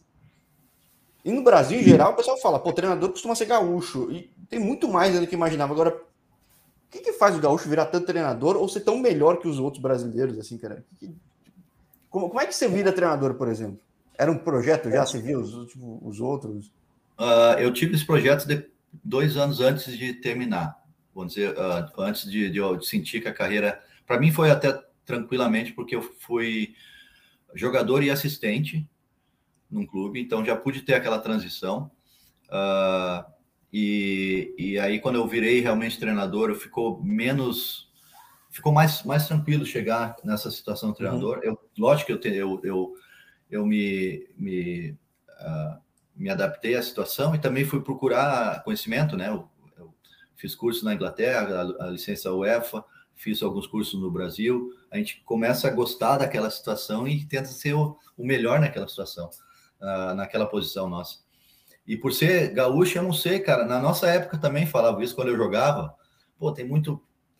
e no Brasil em geral o pessoal fala, pô, treinador costuma ser gaúcho, e tem muito mais do que imaginava. Agora, o que, que faz o gaúcho virar tanto treinador ou ser tão melhor que os outros brasileiros, assim, cara? Que, como, como é que você vira treinador, por exemplo? Era um projeto já, você via os, tipo, os outros? Uh, eu tive esse projeto de dois anos antes de terminar, vamos dizer, uh, antes de, de eu sentir que a carreira... Para mim foi até tranquilamente, porque eu fui jogador e assistente num clube, então já pude ter aquela transição. Uh, e, e aí, quando eu virei realmente treinador, eu ficou menos... Ficou mais, mais tranquilo chegar nessa situação de treinador. Uhum. Eu, lógico que eu, te, eu, eu, eu me... me uh, me adaptei à situação e também fui procurar conhecimento, né? Eu, eu fiz curso na Inglaterra, a, a licença UEFA, fiz alguns cursos no Brasil. A gente começa a gostar daquela situação e tenta ser o, o melhor naquela situação, uh, naquela posição nossa. E por ser gaúcho, eu não sei, cara, na nossa época também falava isso quando eu jogava. Pô, tem muito...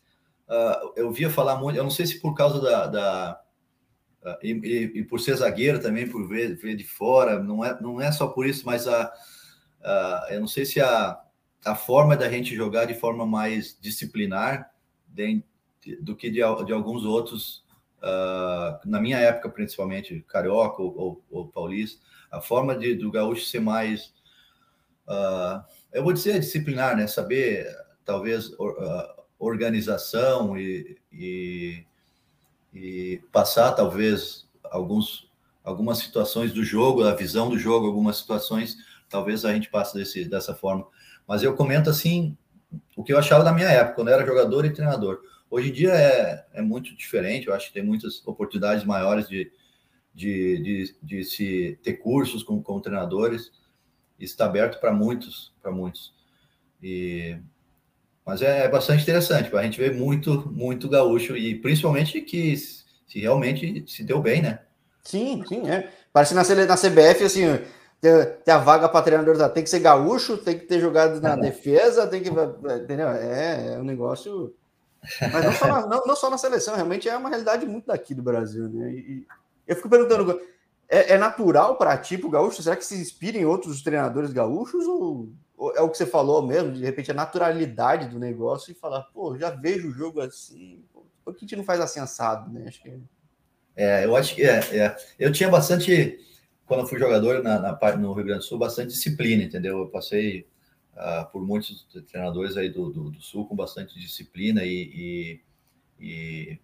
Uh, eu via falar muito, eu não sei se por causa da... da Uh, e, e, e por ser zagueiro também, por ver, ver de fora, não é, não é só por isso, mas a, a, eu não sei se a, a forma da gente jogar de forma mais disciplinar de, do que de, de alguns outros, uh, na minha época principalmente, carioca ou, ou, ou paulista, a forma de, do gaúcho ser mais, uh, eu vou dizer disciplinar, né? Saber, talvez, uh, organização e, e, e passar, talvez, alguns, algumas situações do jogo, a visão do jogo, algumas situações, talvez a gente passe desse, dessa forma. Mas eu comento, assim, o que eu achava da minha época, quando eu era jogador e treinador. Hoje em dia é, é muito diferente, eu acho que tem muitas oportunidades maiores de, de, de, de se ter cursos com, com treinadores. Isso está aberto para muitos, para muitos. E, mas é, é bastante interessante, a gente vê muito, muito gaúcho, e principalmente que se realmente se deu bem, né? Sim, sim, é. Parece na, na C B F, assim, ter, ter a vaga para treinador, tem que ser gaúcho, tem que ter jogado na defesa, tem que. Entendeu? É, é um negócio. Mas não só, na, não, não só na seleção, realmente é uma realidade muito daqui do Brasil, né? E, eu fico perguntando, é, é natural para ti, pro gaúcho? Será que se inspira em outros treinadores gaúchos? Ou, ou é o que você falou mesmo, de repente a naturalidade do negócio e falar, pô, já vejo o jogo assim, pô, por que a gente não faz assim assado, né? Acho que. É, eu acho que é, é. Eu tinha bastante, quando eu fui jogador na, na parte no Rio Grande do Sul, bastante disciplina, entendeu? Eu passei uh, por muitos treinadores aí do, do, do Sul com bastante disciplina e, e, e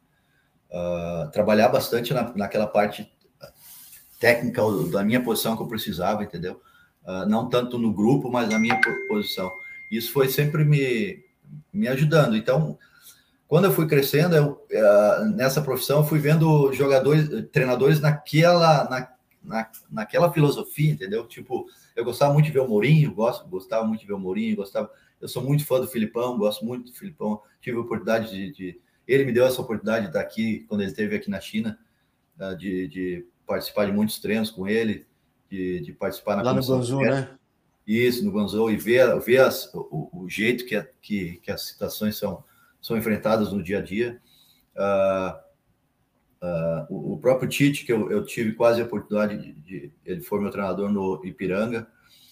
uh, trabalhar bastante na, naquela parte técnica da minha posição que eu precisava, entendeu? Uh, não tanto no grupo, mas na minha posição. Isso foi sempre me, me ajudando. Então, quando eu fui crescendo, eu, uh, nessa profissão, eu fui vendo jogadores, treinadores naquela, na, na, naquela filosofia, entendeu? Tipo, eu gostava muito de ver o Mourinho, gosto, gostava muito de ver o Mourinho, gostava, eu sou muito fã do Filipão, gosto muito do Filipão, tive a oportunidade de, de ele me deu essa oportunidade de estar aqui, quando ele esteve aqui na China, uh, de, de participar de muitos treinos com ele, de, de participar na Lá no Guangzhou, né? Isso, no Guangzhou, e ver, ver as, o, o jeito que, a, que, que as situações são são enfrentadas no dia a dia. Uh, uh, o, o próprio Tite, que eu, eu tive quase a oportunidade de, de... Ele foi meu treinador no Ipiranga.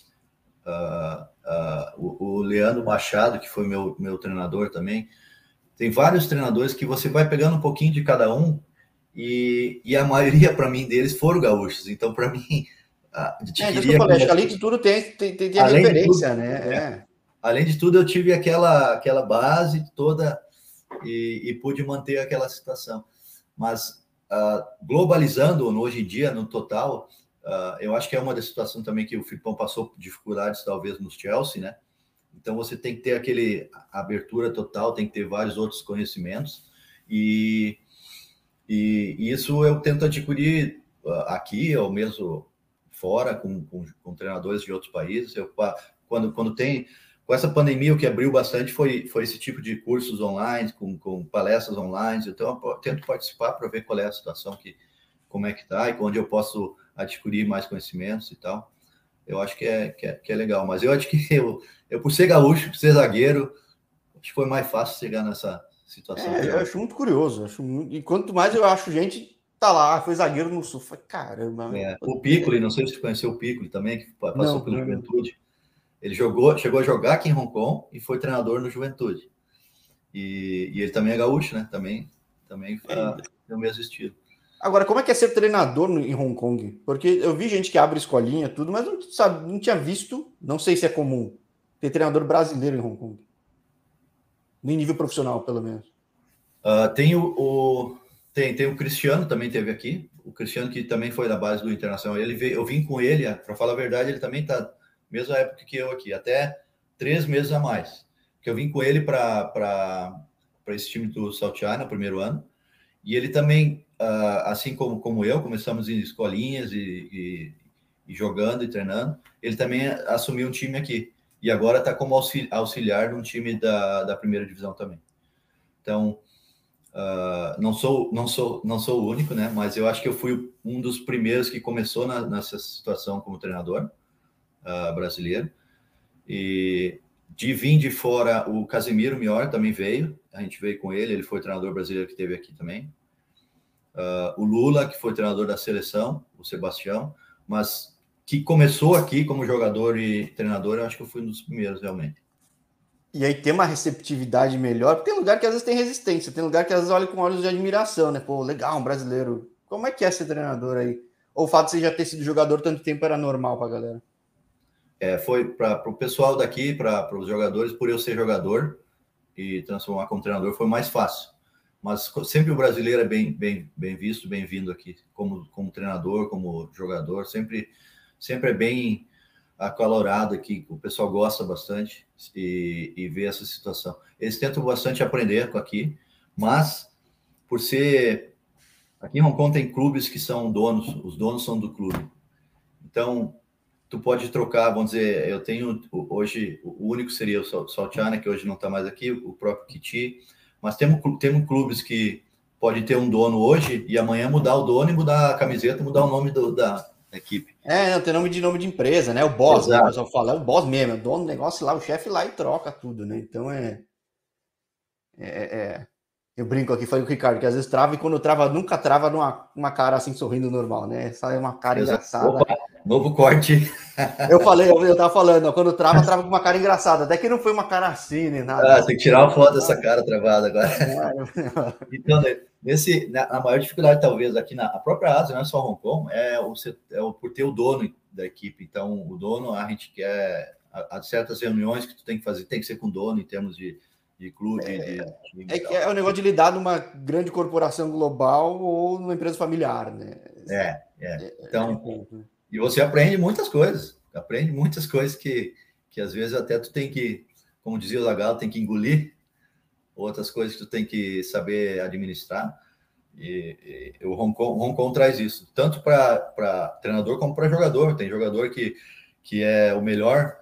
Uh, uh, o, o Leandro Machado, que foi meu, meu treinador também. Tem vários treinadores que você vai pegando um pouquinho de cada um, e, e a maioria, para mim, deles foram gaúchos. Então, para mim... Uh, é, isso que eu falei, acho que além de tudo tem, tem, tem a referência, tudo, né? É. É. Além de tudo, eu tive aquela, aquela base toda e, e pude manter aquela situação. Mas, uh, globalizando hoje em dia, no total, uh, eu acho que é uma das situações também que o Filipão passou dificuldades, talvez, no Chelsea, né? Então, você tem que ter aquele abertura total, tem que ter vários outros conhecimentos. E, e, e isso eu tento adquirir uh, aqui, ou mesmo fora, com, com, com treinadores de outros países. Eu, quando, quando tem... Com essa pandemia, o que abriu bastante foi, foi esse tipo de cursos online, com, com palestras online. Então, eu tento participar para ver qual é a situação, que, como é que está, e onde eu posso adquirir mais conhecimentos e tal. Eu acho que é, que é, que é legal. Mas eu acho que eu, eu, por ser gaúcho, por ser zagueiro, acho que foi mais fácil chegar nessa situação. É, eu acho muito curioso. Acho muito... E quanto mais eu acho gente tá lá, foi zagueiro no Sul. Falei, caramba. É, o Piccoli, não sei se você conheceu o Piccoli também, que passou não, pelo não, Juventude. Não. Ele jogou, chegou a jogar aqui em Hong Kong e foi treinador no Juventude. E, e ele também é gaúcho, né? Também, também é. Tem o mesmo estilo. Agora, como é que é ser treinador no, em Hong Kong? Porque eu vi gente que abre escolinha, tudo, mas não, sabe, não tinha visto, não sei se é comum, ter treinador brasileiro em Hong Kong. Nem nível profissional, pelo menos. Uh, tem, o, o, tem, tem o Cristiano, também teve aqui. O Cristiano, que também foi da base do Internacional. Ele veio, eu vim com ele, para falar a verdade, ele também está mesma época que eu aqui, até três meses a mais. Que eu vim com ele para esse time do South China, no primeiro ano. E ele também, uh, assim como, como eu, começamos em escolinhas e, e, e jogando e treinando. Ele também assumiu um time aqui. E agora está como auxiliar de um time da, da primeira divisão também. Então, uh, não, sou, não, sou, não sou o único, né? Mas eu acho que eu fui um dos primeiros que começou na, nessa situação como treinador uh, brasileiro. E de vir de fora, o Casemiro Mior também veio. A gente veio com ele, ele foi treinador brasileiro que teve aqui também. Uh, o Lula, que foi treinador da seleção, o Sebastião, mas que começou aqui como jogador e treinador, eu acho que eu fui um dos primeiros, realmente. E aí tem uma receptividade melhor, porque tem lugar que às vezes tem resistência, tem lugar que às vezes olha com olhos de admiração, né? Pô, legal, um brasileiro. Como é que é ser treinador aí? Ou o fato de você já ter sido jogador tanto tempo era normal pra galera? É, foi para o pessoal daqui, para os jogadores, por eu ser jogador, e transformar como treinador foi mais fácil. Mas sempre o brasileiro é bem, bem, bem visto, bem-vindo aqui, como, como treinador, como jogador, sempre, sempre é bem acalorado aqui, o pessoal gosta bastante e, e vê essa situação. Eles tentam bastante aprender com aqui, mas por ser... Aqui em Hong Kong tem clubes que são donos, os donos são do clube. Então, tu pode trocar, vamos dizer, eu tenho hoje, o único seria o Saltiana, que hoje não está mais aqui, o próprio Kiti, mas temos, temos clubes que pode ter um dono hoje e amanhã mudar o dono e mudar a camiseta, mudar o nome do, da equipe. É, não tem nome de nome de empresa, né? O boss, né? O Exato. pessoal fala, é o boss mesmo, é o dono do negócio lá, o chefe lá e troca tudo, né? Então é, é, é... Eu brinco aqui, falei com o Ricardo, que às vezes trava e quando trava, nunca trava numa uma cara assim sorrindo normal, né? Sai uma cara Exato. engraçada. Opa, novo corte. Eu falei, eu, eu tava falando, ó, quando trava, trava com uma cara engraçada. Até que não foi uma cara assim, nem nada. Ah, assim, tem que tirar uma foto dessa cara travada agora. É, Então, nesse, na, a maior dificuldade, talvez, aqui na a própria Ásia, não é só Hong Kong, é, o, é o, por ter o dono da equipe. Então, o dono, a gente quer... Há certas reuniões que tu tem que fazer, tem que ser com o dono em termos de, de clube. É, de, de é que é o negócio de lidar numa grande corporação global ou numa empresa familiar, né? É, é. Então, e você aprende muitas coisas. Aprende muitas coisas que, que às vezes até tu tem que, como dizia o Zagallo, tem que engolir. Outras coisas que tu tem que saber administrar. E, e o Hong Kong, Hong Kong traz isso, tanto para treinador como para jogador. Tem jogador que, que é o melhor,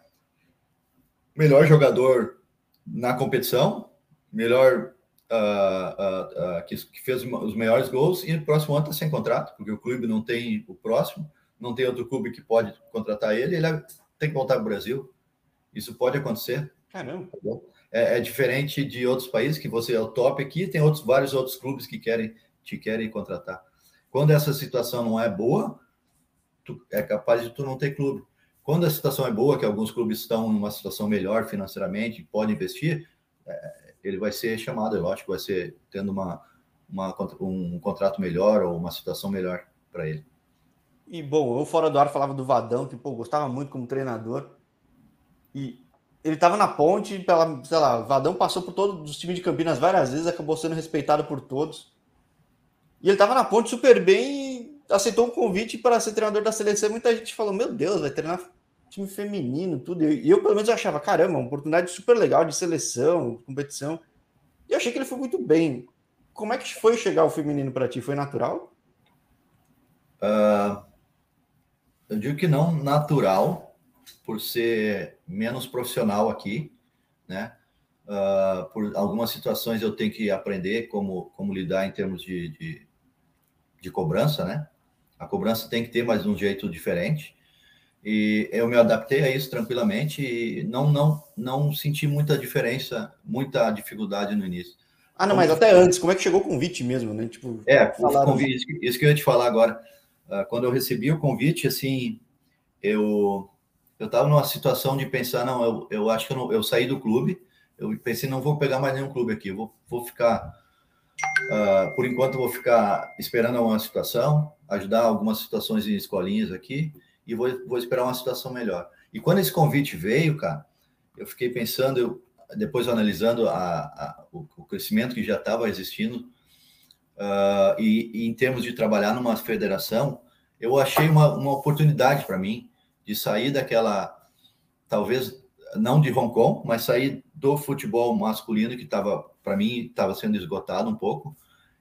melhor jogador na competição, melhor uh, uh, uh, que, que fez os melhores gols, e no próximo ano está sem contrato, porque o clube não tem o próximo, não tem outro clube que pode contratar ele, ele tem que voltar para o Brasil. Isso pode acontecer. Caramba. É, é diferente de outros países, que você é o top aqui, tem outros, vários outros clubes que querem, te querem contratar. Quando essa situação não é boa, tu, é capaz de tu não ter clube. Quando a situação é boa, que alguns clubes estão em uma situação melhor financeiramente, podem investir, é, ele vai ser chamado, eu acho que vai ser tendo uma, uma, um contrato melhor ou uma situação melhor para ele. E, bom, eu fora do ar falava do Vadão, que, pô, gostava muito como treinador. E ele estava na ponte, pela, sei lá, Vadão passou por todos os times de Campinas várias vezes, acabou sendo respeitado por todos. E ele estava na ponte super bem e aceitou um convite para ser treinador da seleção. E muita gente falou, meu Deus, vai treinar time feminino, tudo. E eu, pelo menos, achava, caramba, uma oportunidade super legal de seleção, de competição. E eu achei que ele foi muito bem. Como é que foi chegar ao feminino para ti? Foi natural? Uh, eu digo que não natural, por ser menos profissional aqui, né? Uh, por algumas situações eu tenho que aprender como, como lidar em termos de, de, de cobrança, né? A cobrança tem que ter mais um jeito diferente. E eu me adaptei a isso tranquilamente e não, não, não senti muita diferença, muita dificuldade no início. Ah, não, mas até antes, como é que chegou o convite mesmo, né? Tipo, é, falaram... o convite, isso que eu ia te falar agora. Uh, quando eu recebi o convite, assim, eu eu estava numa situação de pensar, não, eu, eu acho que eu, não, eu saí do clube, eu pensei, não vou pegar mais nenhum clube aqui, eu vou, vou ficar, uh, por enquanto, eu vou ficar esperando uma situação, ajudar algumas situações em escolinhas aqui, e vou, vou esperar uma situação melhor. E quando esse convite veio, cara, eu fiquei pensando, eu, depois analisando a, a, o, o crescimento que já estava existindo, uh, e, e em termos de trabalhar numa federação, eu achei uma, uma oportunidade para mim de sair daquela, talvez não de Hong Kong, mas sair do futebol masculino que estava, para mim, estava sendo esgotado um pouco,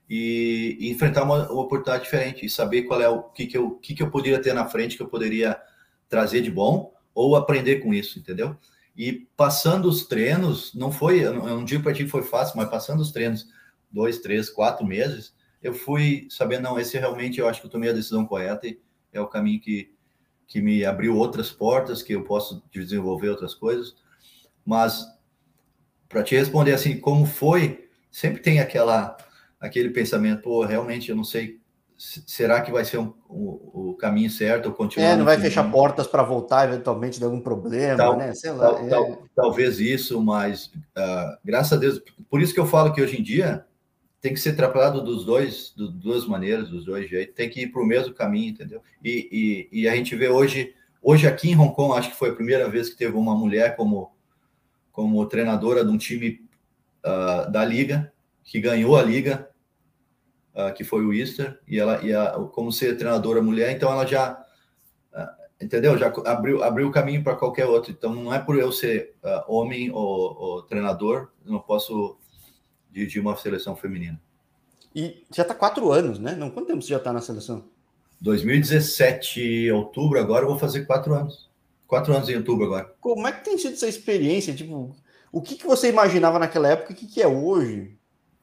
e, e enfrentar uma, uma oportunidade diferente e saber qual é o que, que, eu, que, que eu poderia ter na frente, que eu poderia trazer de bom ou aprender com isso, entendeu? E passando os treinos, não foi, eu não, eu não digo para ti que foi fácil, mas passando os treinos, dois, três, quatro meses, eu fui sabendo, não, esse realmente eu acho que eu tomei a decisão correta e é o caminho que, que me abriu outras portas, que eu posso desenvolver outras coisas. Mas, para te responder assim, como foi, sempre tem aquela, aquele pensamento, pô, realmente eu não sei, será que vai ser um, o, o caminho certo ou continuar? É, não vai fechar portas para voltar eventualmente de algum problema, tal, né? Sei lá. Tal, é... tal, talvez isso, mas uh, graças a Deus, por isso que eu falo que hoje em dia tem que ser tratado dos dois, de duas maneiras, dos dois jeitos, tem que ir para o mesmo caminho, entendeu? E, e, e a gente vê hoje, hoje aqui em Hong Kong, acho que foi a primeira vez que teve uma mulher como, como treinadora de um time uh, da Liga, que ganhou a Liga, uh, que foi o Easter, e ela, e a, como ser treinadora mulher, então ela já, uh, entendeu? Já abriu, abriu o caminho para qualquer outro. Então não é por eu ser uh, homem ou, ou treinador, eu não posso dirigir uma seleção feminina. E já está quatro anos, né? Não, quanto tempo você já está na seleção? dois mil e dezessete, outubro, agora eu vou fazer quatro anos. Quatro anos em outubro agora. Como é que tem sido essa experiência? Tipo, o que, que você imaginava naquela época e o que, que é hoje?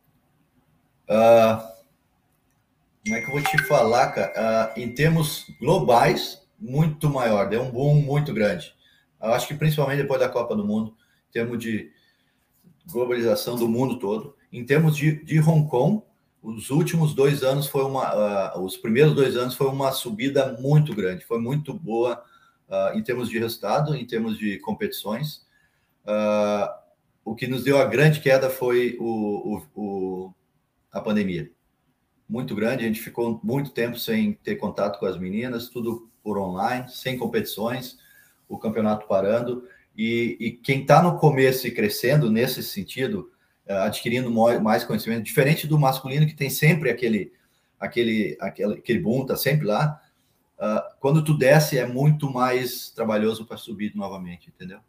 Uh, como é que eu vou te falar, cara? Uh, em termos globais, muito maior. Deu um boom muito grande. Eu acho que principalmente depois da Copa do Mundo, em termos de globalização do mundo todo. Em termos de, de Hong Kong, os últimos dois anos foi uma... Uh, os primeiros dois anos foi uma subida muito grande. Foi muito boa uh, em termos de resultado, em termos de competições. Uh, o que nos deu a grande queda foi o, o, o, a pandemia. Muito grande, a gente ficou muito tempo sem ter contato com as meninas, tudo por online, sem competições, o campeonato parando, e, e quem está no começo e crescendo nesse sentido, adquirindo mais conhecimento, diferente do masculino, que tem sempre aquele, aquele, aquele, aquele boom, está sempre lá, uh, quando tu desce é muito mais trabalhoso para subir novamente, entendeu?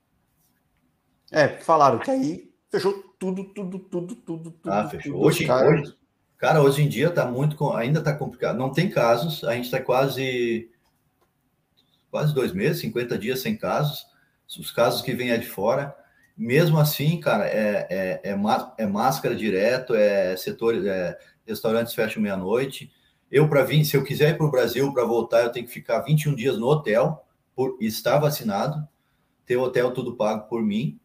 É, falaram que aí fechou tudo, tudo, tudo, tudo, tudo. Ah, fechou. Tudo, hoje, hoje, cara, hoje em dia tá muito, ainda tá complicado. Não tem casos, a gente tá quase, quase dois meses, cinquenta dias sem casos. Os casos que vêm é de fora. Mesmo assim, cara, é, é, é, é máscara direto, é setor, é, restaurantes fecham meia-noite. Eu, para vir, se eu quiser ir para o Brasil para voltar, eu tenho que ficar vinte e um dias no hotel, por estar vacinado, ter o hotel tudo pago por mim.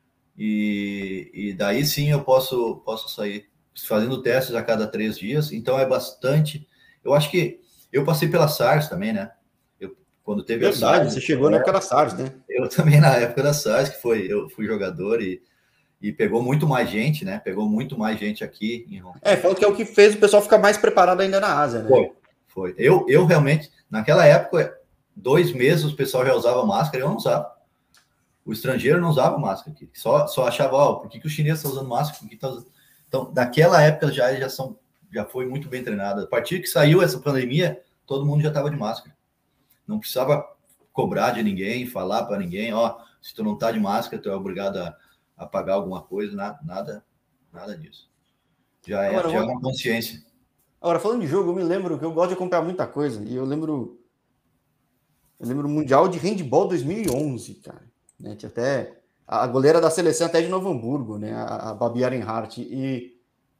E, e daí sim eu posso, posso sair fazendo testes a cada três dias, então é bastante. Eu acho que eu passei pela SARS também, né? Eu, quando teve Verdade, a SARS, você chegou é, naquela SARS, né? Eu também na época da SARS, que foi, eu fui jogador e, e pegou muito mais gente, né? Pegou muito mais gente aqui em Hong Kong. É, falou que é o que fez o pessoal ficar mais preparado ainda na Ásia, né? Foi, foi. Eu, eu realmente, naquela época, dois meses o pessoal já usava máscara, eu não usava. O estrangeiro não usava máscara aqui, só, só achava, ó, por que, que os chineses estão usando máscara? Por que tá usando... Então, naquela época já, já, são, já foi muito bem treinado. A partir que saiu essa pandemia, todo mundo já estava de máscara. Não precisava cobrar de ninguém, falar para ninguém, ó, se tu não tá de máscara, tu é obrigado a, a pagar alguma coisa, nada, nada, nada disso. Já é, agora, já é uma consciência. Agora, falando de jogo, eu me lembro que eu gosto de acompanhar muita coisa, e eu lembro eu lembro o Mundial de Handball dois mil e onze, cara. Né? Tinha até a goleira da seleção até de Novo Hamburgo, né? A, a Babi Arenhart. E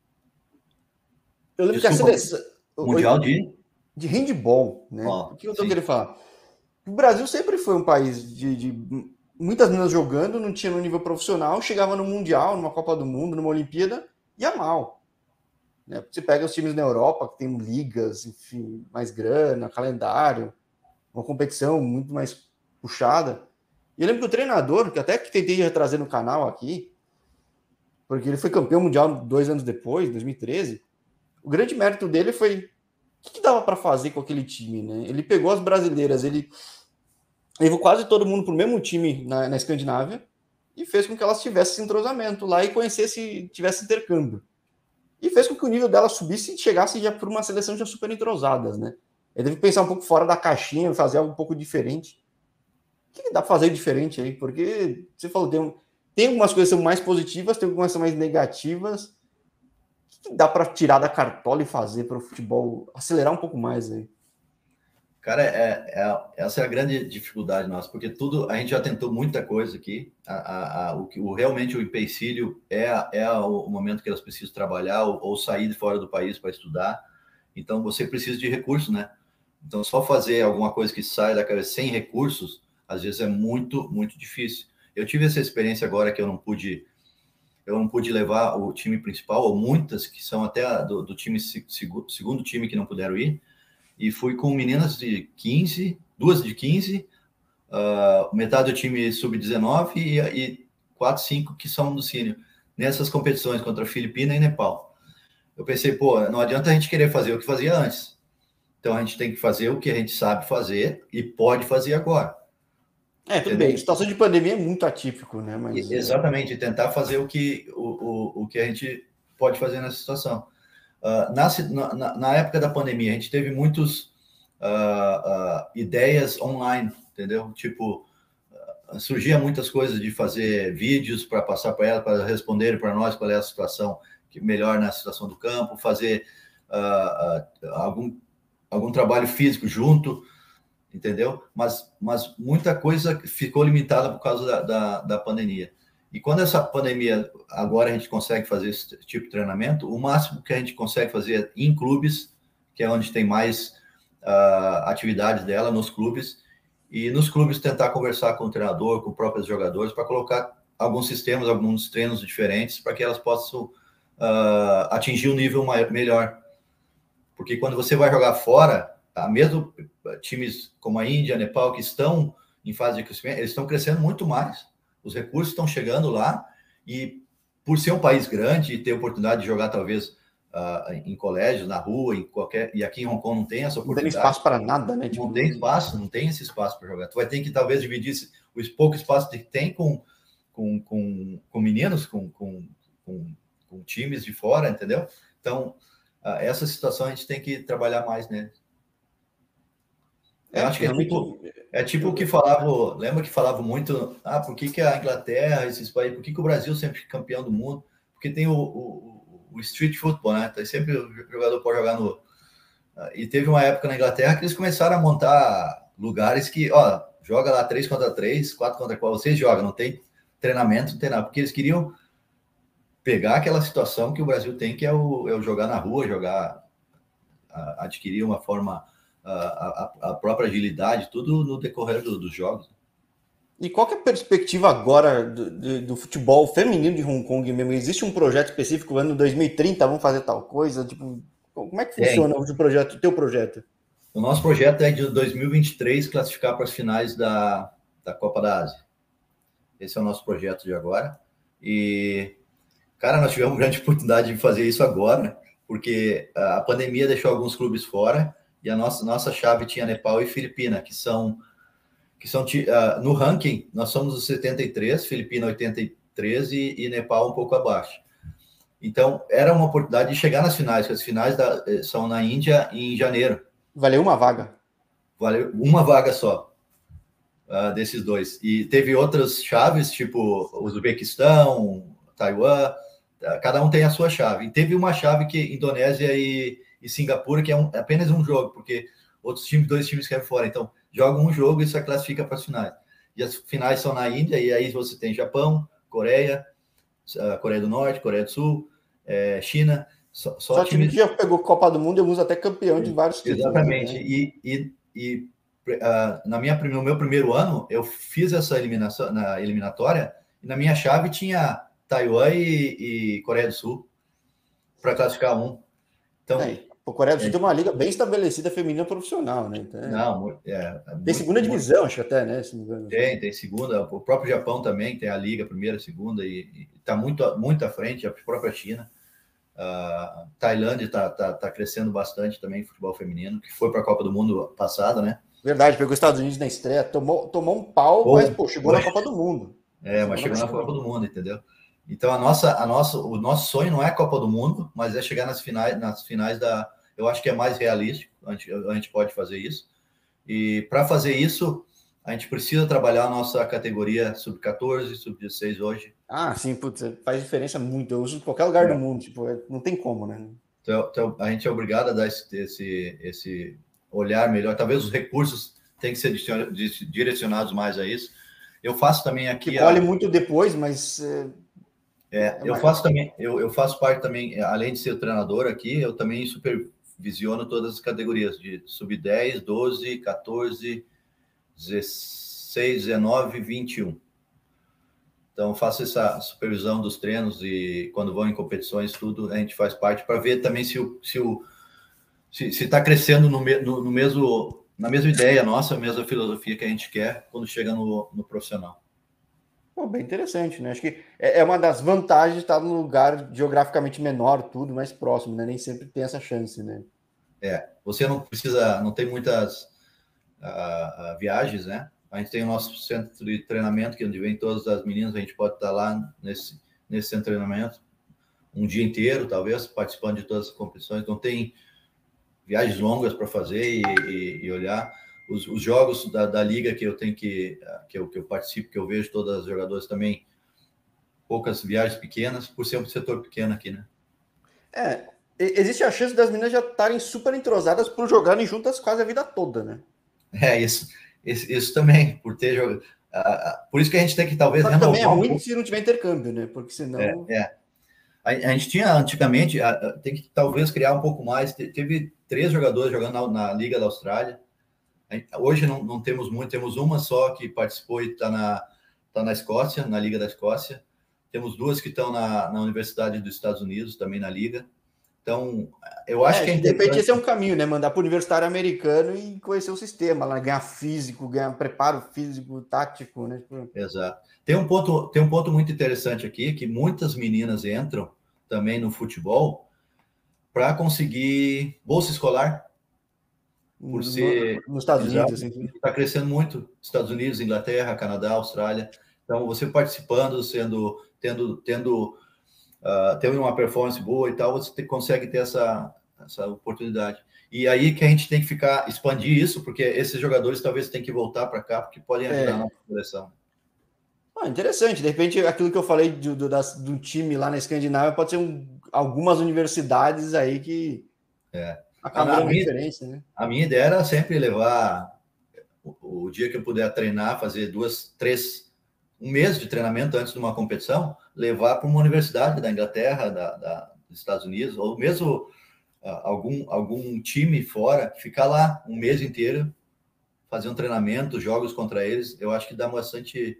eu lembro Desculpa, que a seleção. Mundial de? De handball, né? Oh, o que eu tô sim. querendo falar? O Brasil sempre foi um país de, de muitas meninas jogando, não tinha no nível profissional, chegava no Mundial, numa Copa do Mundo, numa Olimpíada, ia mal. Né? Você pega os times na Europa, que tem ligas, enfim, mais grana, calendário, uma competição muito mais puxada. E eu lembro que o treinador, que até que tentei trazer no canal aqui, porque ele foi campeão mundial dois anos depois, dois mil e treze, o grande mérito dele foi o que, que dava para fazer com aquele time, né? Ele pegou as brasileiras, ele levou quase todo mundo para o mesmo time na, na Escandinávia e fez com que elas tivessem entrosamento lá e conhecesse, tivesse intercâmbio. E fez com que o nível delas subisse e chegasse já para uma seleção já super entrosadas, né? Ele teve que pensar um pouco fora da caixinha, fazer algo um pouco diferente. O que, que dá para fazer diferente aí? Porque você falou, tem, tem algumas coisas que são mais positivas, tem algumas que são mais negativas. O que dá para tirar da cartola e fazer para o futebol acelerar um pouco mais aí? Cara, é, é, essa é a grande dificuldade nossa, porque tudo a gente já tentou muita coisa aqui. A, a, a, o que o, realmente o empecilho é, é o momento que elas precisam trabalhar ou, ou sair de fora do país para estudar. Então você precisa de recursos, né? Então só fazer alguma coisa que sai da cabeça sem recursos, às vezes é muito, muito difícil. Eu tive essa experiência agora que eu não pude. Eu não pude levar o time principal, ou muitas que são até do, do time segundo time que não puderam ir, e fui com meninas de quinze, duas de quinze, uh, metade do time sub dezenove e, e quatro, cinco que são do sênior, nessas competições contra a Filipina e Nepal. Eu pensei, pô, não adianta a gente querer fazer o que fazia antes. Então a gente tem que fazer o que a gente sabe fazer e pode fazer agora. É, tudo entendeu? bem. A situação de pandemia é muito atípico, né? Mas, Exatamente, tentar fazer o que, o, o, o que a gente pode fazer nessa situação. Uh, na, na, na época da pandemia, a gente teve muitas uh, uh, ideias online, entendeu? Tipo, uh, surgia muitas coisas de fazer vídeos para passar para ela, para responder para nós qual é a situação que melhor na situação do campo, fazer uh, uh, algum, algum trabalho físico junto, entendeu? Mas, mas muita coisa ficou limitada por causa da, da, da pandemia. E quando essa pandemia, agora a gente consegue fazer esse tipo de treinamento, o máximo que a gente consegue fazer em clubes, que é onde tem mais uh, atividade dela, nos clubes, e nos clubes tentar conversar com o treinador, com os próprios jogadores, para colocar alguns sistemas, alguns treinos diferentes, para que elas possam uh, atingir um nível maior, melhor. Porque quando você vai jogar fora, tá? Mesmo times como a Índia, Nepal, que estão em fase de crescimento, eles estão crescendo muito mais. Os recursos estão chegando lá e, por ser um país grande e ter oportunidade de jogar, talvez, uh, em colégios, na rua, em qualquer... E aqui em Hong Kong não tem essa oportunidade. Não tem espaço para nada, né? Tipo, não tem espaço, não tem esse espaço para jogar. Tu vai ter que, talvez, dividir esse, o pouco espaço que tem com, com, com, com meninos, com, com, com, com times de fora, entendeu? Então, uh, essa situação a gente tem que trabalhar mais nele. Eu é, acho que é tipo, é tipo o que falava, lembra que falava muito, ah, por que, que a Inglaterra, esses países, por que, que o Brasil sempre é campeão do mundo? Porque tem o, o, o street football, né? Tem sempre o jogador pode jogar no... E teve uma época na Inglaterra que eles começaram a montar lugares que, ó, joga lá três contra três, quatro contra quatro, vocês jogam, não tem treinamento, não tem nada, porque eles queriam pegar aquela situação que o Brasil tem, que é o, é o jogar na rua, jogar, adquirir uma forma... A, a, a própria agilidade, tudo no decorrer do, dos jogos. E qual que é a perspectiva agora do, do, do futebol feminino de Hong Kong mesmo? Existe um projeto específico, ano dois mil e trinta, vamos fazer tal coisa? Tipo, como é que funciona é. o projeto, o teu projeto? O nosso projeto é de dois mil e vinte e três classificar para as finais da, da Copa da Ásia. Esse é o nosso projeto de agora. E, cara, nós tivemos grande oportunidade de fazer isso agora, porque a pandemia deixou alguns clubes fora. E a nossa, nossa chave tinha Nepal e Filipina, que são, que são uh, no ranking, nós somos os setenta e três, Filipina oitenta e três e, e Nepal um pouco abaixo. Então, era uma oportunidade de chegar nas finais, que as finais da, são na Índia em janeiro. Valeu uma vaga. Valeu uma vaga só, uh, desses dois. E teve outras chaves, tipo Uzbequistão, Taiwan, uh, cada um tem a sua chave. E teve uma chave que Indonésia e... e Singapura, que é um, apenas um jogo, porque outros times, dois times querem fora. Então, jogam um jogo e só classifica para as finais. E as finais são na Índia, e aí você tem Japão, Coreia, Coreia do Norte, Coreia do Sul, é, China. Só, só, só time que já pegou Copa do Mundo e alguns até campeão de vários títulos. Exatamente. Né? E, e, e uh, na minha, no meu primeiro ano, eu fiz essa eliminação, na eliminatória, e na minha chave tinha Taiwan e, e Coreia do Sul para classificar um. Então, é. O Coreia do Sul é, tem uma liga bem estabelecida feminina profissional, né? Então, não, é, tem muito, segunda divisão, muito, acho até, né? Se não me engano. Tem, tem segunda. O próprio Japão também tem a liga, primeira, segunda, e está muito, muito à frente, a própria China. A Tailândia está tá, tá crescendo bastante também, futebol feminino, que foi para a Copa do Mundo passada, né? Verdade, pegou os Estados Unidos na estreia, tomou, tomou um pau, Bom, mas pô, chegou foi. na Copa do Mundo. É, chegou mas chegou na, na Copa do Mundo, entendeu? Então, a nossa, a nossa, o nosso sonho não é a Copa do Mundo, mas é chegar nas finais, nas finais da... Eu acho que é mais realístico, a gente, a gente pode fazer isso. E para fazer isso, a gente precisa trabalhar a nossa categoria sub quatorze, sub dezesseis hoje. Ah, sim, putz, faz diferença muito. Eu uso em qualquer lugar é. do mundo, tipo, não tem como, né? Então, então, a gente é obrigado a dar esse, esse, esse olhar melhor. Talvez os recursos tenham que ser direcionados mais a isso. Eu faço também aqui... Que colhe a... muito depois, mas... É... É, é eu faço também, eu, eu faço parte também, além de ser treinador aqui, eu também supervisiono todas as categorias de sub dez, doze, quatorze, dezesseis, dezenove, vinte e um. Então, faço essa supervisão dos treinos e quando vão em competições, tudo, a gente faz parte para ver também se o se o se está crescendo no, no, no mesmo, na mesma ideia nossa, a mesma filosofia que a gente quer quando chega no, no profissional. Pô, bem interessante, né? Acho que é uma das vantagens de estar num lugar geograficamente menor, tudo mais próximo, né? Nem sempre tem essa chance, né? É, você não precisa, não tem muitas uh, uh, viagens, né? A gente tem o nosso centro de treinamento, que é onde vem todas as meninas, a gente pode estar lá nesse, nesse centro de treinamento um dia inteiro, talvez, participando de todas as competições. Não tem viagens longas para fazer e, e, e olhar. Os, os jogos da, da liga que eu tenho que, que eu, que eu participo, que eu vejo todas as jogadoras também, poucas viagens pequenas, por ser um setor pequeno aqui, né? É, existe a chance das meninas já estarem super entrosadas por jogarem juntas quase a vida toda, né? É, isso, isso, isso também, por ter jogado. Uh, por isso que a gente tem que talvez Só que também é renovar um ruim pouco. se não tiver intercâmbio, né? Porque senão. É, é. A, a gente tinha antigamente, a, a, tem que talvez criar um pouco mais. Te, teve três jogadores jogando na, na Liga da Austrália. A, hoje não, não temos muito, temos uma só que participou e está na, tá na Escócia, na Liga da Escócia. Temos duas que estão na, na Universidade dos Estados Unidos, também na Liga. Então, eu acho é, que é de importante... repente esse é um caminho, né? Mandar para o universitário americano e conhecer o sistema, lá, ganhar físico, ganhar preparo físico, tático, né? Exato. Tem um ponto, tem um ponto muito interessante aqui, que muitas meninas entram também no futebol para conseguir bolsa escolar. Por ser... No, nos Estados Unidos, assim. Está crescendo muito. Estados Unidos, Inglaterra, Canadá, Austrália. Então, você participando, sendo, tendo, tendo, uh, tendo uma performance boa e tal, você te, consegue ter essa, essa oportunidade. E aí que a gente tem que ficar, expandir isso, porque esses jogadores talvez tenham que voltar para cá, porque podem ajudar é. na seleção. Ah, interessante. De repente, aquilo que eu falei do, do, das, do time lá na Escandinávia pode ser um, algumas universidades aí que é. acabam dando diferença, né? A minha ideia era sempre levar o, o dia que eu puder treinar, fazer duas, três, um mês de treinamento antes de uma competição, levar para uma universidade da Inglaterra, da, da, dos Estados Unidos, ou mesmo uh, algum, algum time fora, ficar lá um mês inteiro, fazer um treinamento, jogos contra eles. Eu acho que dá bastante...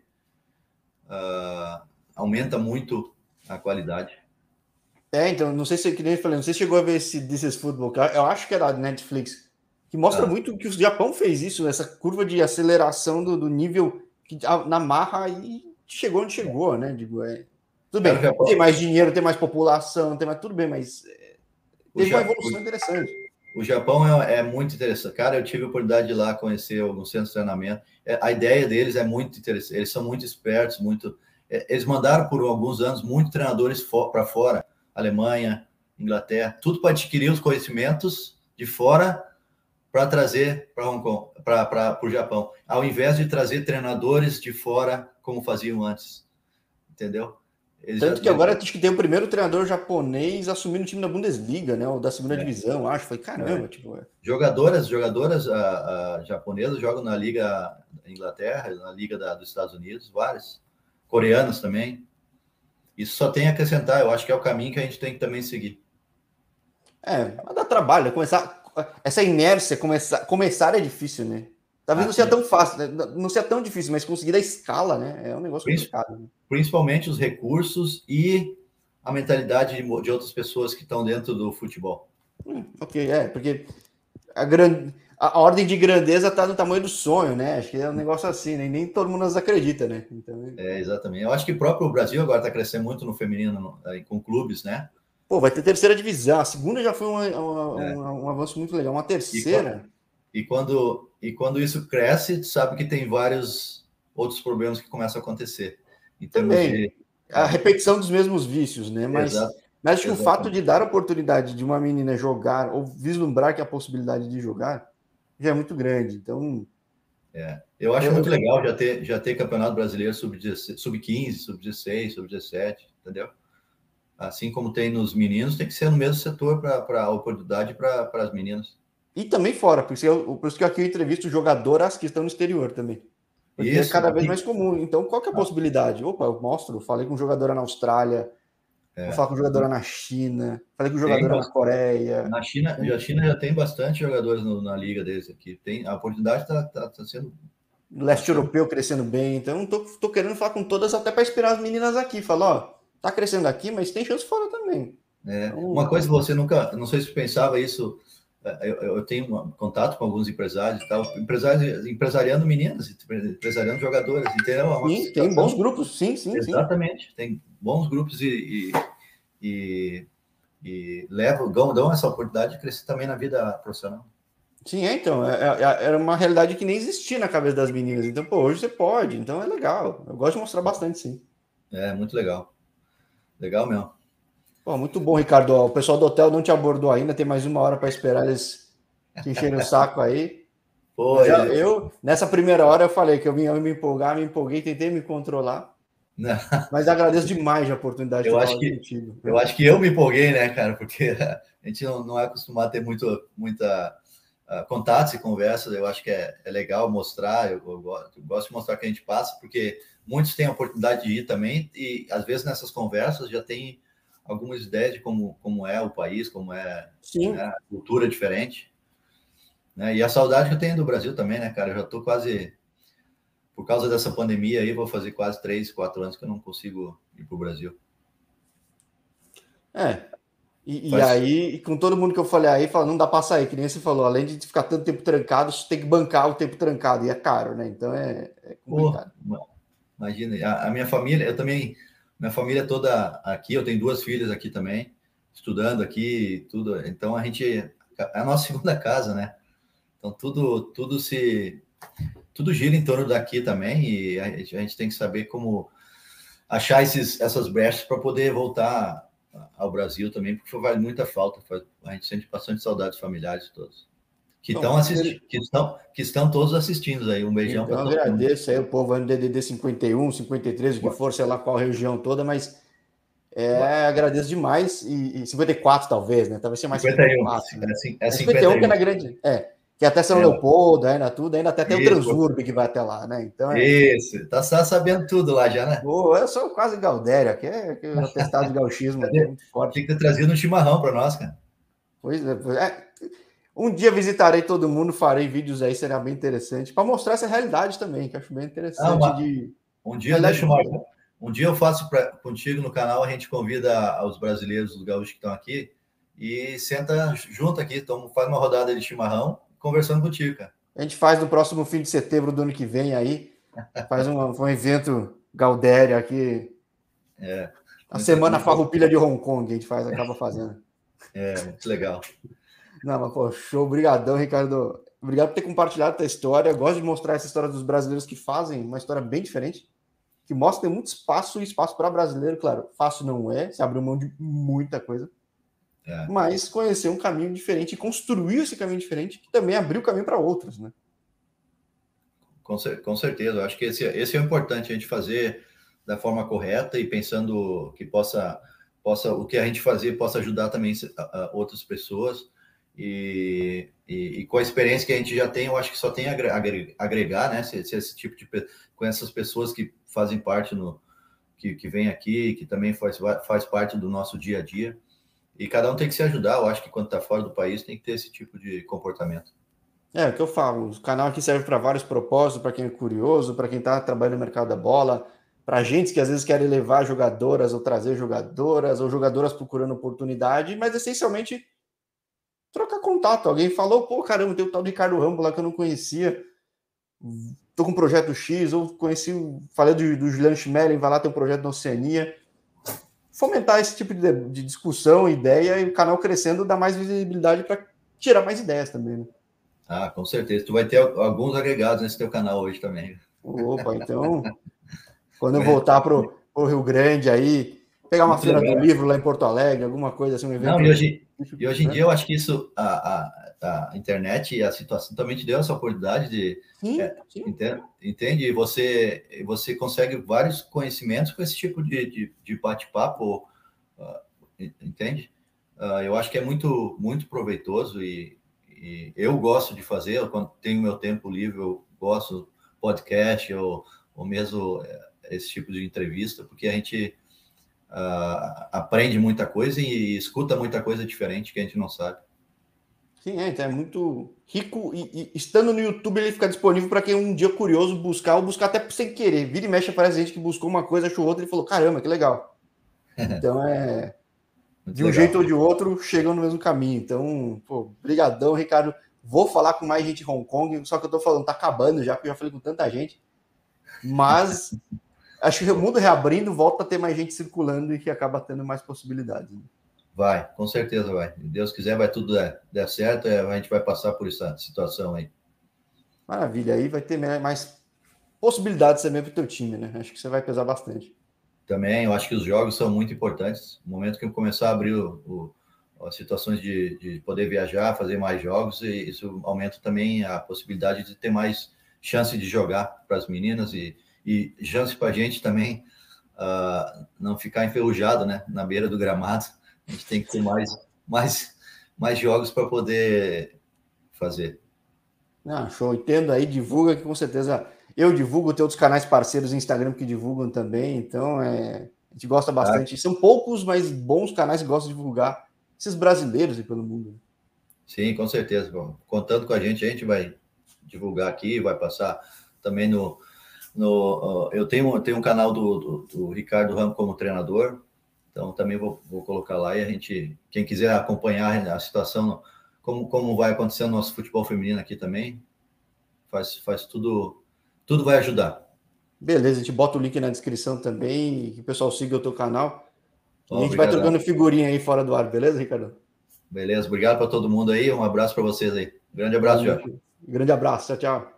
Uh, aumenta muito a qualidade. É, então, não sei se, que nem eu falei, não sei se chegou a ver esse This is Football, eu acho que é da Netflix, que mostra ah. muito que o Japão fez isso, essa curva de aceleração do, do nível que, na marra e chegou onde chegou, né? Digo, é, tudo bem, Japão... tem mais dinheiro, tem mais população, tem mais tudo bem, mas é, teve uma evolução interessante. O Japão é, é muito interessante. Cara, eu tive a oportunidade de ir lá conhecer alguns centros de treinamento. É, a ideia deles é muito interessante. Eles são muito espertos, muito. É, eles mandaram por alguns anos muitos treinadores for, para fora, Alemanha, Inglaterra, tudo para adquirir os conhecimentos de fora para trazer para Hong Kong, para o Japão, ao invés de trazer treinadores de fora como faziam antes, entendeu? Eles Tanto já... que agora acho que tem o primeiro treinador japonês assumindo o time da Bundesliga, né? Ou da segunda é. divisão, acho. Falei, caramba, é. tipo. É. Jogadoras, jogadoras a, a, japonesas jogam na Liga da Inglaterra, na Liga da, dos Estados Unidos, várias. Coreanas também. Isso só tem a acrescentar, eu acho que é o caminho que a gente tem que também seguir. É, mas dá trabalho, começar. Essa inércia, começar, começar é difícil, né? Talvez ah, não seja sim. tão fácil, né? Não seja tão difícil, mas conseguir dar escala, né? É um negócio complicado. Né? Principalmente os recursos e a mentalidade de, de outras pessoas que estão dentro do futebol. Hum, ok, é, porque a, gran... a ordem de grandeza está no tamanho do sonho, né? Acho que é um negócio assim, né? E nem todo mundo nos acredita, né? Então... É, exatamente. Eu acho que o próprio Brasil agora está crescendo muito no feminino, no, com clubes, né? Pô, vai ter terceira divisão. A segunda já foi uma, uma, é. um, um avanço muito legal. Uma terceira... E quando, e quando isso cresce, sabe que tem vários outros problemas que começam a acontecer. Também. De... A repetição dos mesmos vícios, né? Mas, mas acho que Exatamente. o fato de dar a oportunidade de uma menina jogar, ou vislumbrar que a possibilidade de jogar, já é muito grande. Então. É. Eu acho eu... muito legal já ter, já ter campeonato brasileiro sub quinze, sub dezesseis, sub dezessete, entendeu? Assim como tem nos meninos, tem que ser no mesmo setor para a oportunidade para as meninas. E também fora, porque eu, por isso que aqui eu entrevisto jogadoras que estão no exterior também. Porque isso, é cada vez mais comum. Então, qual que é a possibilidade? Opa, eu mostro, falei com jogadora na Austrália, é. vou falar com jogadora na China, falei com jogadora tem, na Coreia. Na China, a China já tem bastante jogadores no, na liga deles aqui. Tem, a oportunidade está tá, tá sendo... Leste tá europeu crescendo bem, então tô, tô querendo falar com todas até para inspirar as meninas aqui. Falar, ó, tá crescendo aqui, mas tem chance fora também. É. Então, uma coisa que você nunca, não sei se pensava isso... Eu, eu tenho um contato com alguns empresários e tal, empresários, empresariando meninas, empresariando jogadoras, entendeu? Sim, situação... tem bons grupos, sim, sim. Exatamente, sim. Tem bons grupos e, e, e, e levam, dão, dão essa oportunidade de crescer também na vida profissional. Sim, é, então, é, é, era uma realidade que nem existia na cabeça das meninas. Então, pô, hoje você pode, então é legal. Eu gosto de mostrar bastante, sim. É muito legal. Legal mesmo. Pô, muito bom, Ricardo. O pessoal do hotel não te abordou ainda, tem mais uma hora para esperar eles te encherem o saco aí. Pô, Mas eu, ele... eu, nessa primeira hora, eu falei que eu vim eu me empolgar, me empolguei, tentei me controlar. Não, Mas agradeço demais a oportunidade de eu ter acho falado que contigo. eu Viu? acho que eu me empolguei, né, cara? Porque a gente não, não é acostumado a ter muito, muita uh, contatos e conversas. Eu acho que é, é legal mostrar. Eu, eu, gosto, eu gosto de mostrar o que a gente passa, porque muitos têm a oportunidade de ir também, e às vezes nessas conversas já tem algumas ideias de como, como é o país, como é, né, Sim. a cultura diferente. Né? E a saudade que eu tenho do Brasil também, né, cara? Eu já tô quase, por causa dessa pandemia aí, vou fazer quase três, quatro anos que eu não consigo ir para o Brasil. É. E, e Faz, aí, com todo mundo que eu falei aí, fala, não dá pra sair, que nem você falou, além de ficar tanto tempo trancado, você tem que bancar o tempo trancado, e é caro, né? Então é, é pô, complicado. imagina, a, a minha família, eu também, minha família toda aqui, eu tenho duas filhas aqui também, estudando aqui, tudo. Então a gente, é a nossa segunda casa, né? Então tudo, tudo se, tudo gira em torno daqui também, e a gente, a gente tem que saber como achar esses, essas brechas para poder voltar ao Brasil também, porque vale muita falta. A gente sente bastante saudades familiares todos. Que Bom, estão fico feliz. assistindo, que estão, que estão todos assistindo aí. Um beijão Então, para eu todo mundo. agradeço aí o povo aí no D D D cinquenta e um, cinquenta e três, o que for, sei lá qual região toda, mas é, agradeço demais. E, e cinquenta e quatro, talvez, né? Talvez seja mais cinquenta e um, cinquenta e quatro, né? é, cin- é É cinquenta e um que é cinquenta e um. na grande. É, que é até São É, Leopoldo, ainda tudo, ainda até, até o isso, Transurb que vai até lá, né? Então é. isso. Tá, tá sabendo tudo lá já, né? Pô, eu sou quase Gaudério, aqui é, que o atestado de gauchismo aqui é Cadê? muito forte. Tinha que ter trazido um chimarrão para nós, cara. Pois é, pois é. Um dia visitarei todo mundo, farei vídeos aí, será bem interessante, para mostrar essa realidade também, que eu acho bem Ah, interessante uma, de um dia, realidade deixa boa, né? eu Um dia eu faço pra, contigo no canal, a gente convida os brasileiros, os gaúchos que estão aqui, e senta junto aqui, então faz uma rodada de chimarrão, conversando contigo, cara. A gente faz no próximo fim de setembro do ano que vem aí, faz um, um evento Gaudério aqui, É, a muito, Semana muito, Farroupilha de Hong Kong, a gente faz, acaba fazendo. é, muito legal. Não, mas pô, show, obrigadão, Ricardo. Obrigado por ter compartilhado a tua história. Eu gosto de mostrar essa história dos brasileiros que fazem uma história bem diferente, que mostra que tem muito espaço e espaço para brasileiro, claro. Fácil não é, se abriu mão de muita coisa, É, mas conhecer um caminho diferente e construir esse caminho diferente, que também abriu caminho para outros, né? com, com certeza, eu acho que esse, esse é o importante, a gente fazer da forma correta e pensando que possa, possa o que a gente fazer possa ajudar também a, a outras pessoas. E, e, e, com a experiência que a gente já tem, eu acho que só tem a agregar, né? Se, se esse tipo de com essas pessoas que fazem parte no que, que vem aqui, que também faz, faz parte do nosso dia a dia. E cada um tem que se ajudar. Eu acho que quando está fora do país tem que ter esse tipo de comportamento. É, o que eu falo, o canal aqui serve para vários propósitos, para quem é curioso, para quem está trabalhando no mercado da bola, para gente que às vezes querem levar jogadoras ou trazer jogadoras, ou jogadoras procurando oportunidade, mas essencialmente trocar contato. Alguém falou, pô, caramba, tem o tal de Ricardo Rambo lá que eu não conhecia, tô com um projeto X, ou conheci, falei do, do Juliano Schmeling, vai lá ter um projeto na Oceania. Fomentar esse tipo de, de discussão, ideia, e o canal crescendo dá mais visibilidade para tirar mais ideias também, né? Ah, com certeza. Tu vai ter alguns agregados nesse teu canal hoje também. Opa, então, quando eu voltar pro, pro Rio Grande aí, pegar uma Muito feira do legal. livro lá em Porto Alegre, alguma coisa assim, um Não, e evento. hoje, e hoje em dia eu acho que isso, a, a, a internet e a situação também te deu essa oportunidade de, Sim, é, sim. entende? Entende? Você, você consegue vários conhecimentos com esse tipo de, de, de bate-papo, uh, entende? Uh, eu acho que é muito, muito proveitoso e, e eu gosto de fazer, eu, quando tenho meu tempo livre, eu gosto podcast ou, ou mesmo esse tipo de entrevista, porque a gente uh, aprende muita coisa e escuta muita coisa diferente que a gente não sabe. Sim, é, então é muito rico e, e estando no YouTube ele fica disponível para quem um dia curioso buscar ou buscar até sem querer. Vira e mexe aparece gente que buscou uma coisa, achou outra e falou, caramba, que legal. Então é, Muito de um jeito legal. ou de outro, chegam no mesmo caminho. Então, pô, brigadão, Ricardo. Vou falar com mais gente em Hong Kong, só que eu tô falando, tá acabando já, porque eu já falei com tanta gente. Mas acho que o mundo reabrindo, volta a ter mais gente circulando e que acaba tendo mais possibilidades. Né? Vai, com certeza vai. Se Deus quiser, vai tudo dar, dar certo, é, a gente vai passar por essa situação aí. Maravilha, aí vai ter mais possibilidades também para o teu time, né? Acho que você vai pesar bastante. Também, eu acho que os jogos são muito importantes. No momento que eu começar a abrir o, o, as situações de, de poder viajar, fazer mais jogos, e isso aumenta também a possibilidade de ter mais chance de jogar para as meninas e, e chance para a gente também uh, não ficar enferrujado, né, na beira do gramado. A gente tem que ter mais, mais, mais jogos para poder fazer. Ah, show, entendo aí, divulga que com certeza eu divulgo, tem outros canais parceiros no Instagram que divulgam também, então é, a gente gosta Tá? bastante. São poucos, mas bons canais que gostam de divulgar esses brasileiros e pelo mundo. Sim, com certeza. Bom, contando com a gente, a gente vai divulgar aqui, vai passar também no. no eu tenho, tenho um canal do, do, do Ricardo Ramos como treinador, então também vou, vou colocar lá e a gente, quem quiser acompanhar a situação, como, como vai acontecer no nosso futebol feminino aqui também, faz, faz tudo, tudo vai ajudar. Beleza, a gente bota o link na descrição também e que o pessoal siga o teu canal. E a gente vai Obrigadão. trocando figurinha aí fora do ar, beleza, Ricardo? Beleza, obrigado para todo mundo aí, um abraço para vocês aí. Grande abraço, Valeu. Jorge. Grande abraço, tchau, tchau.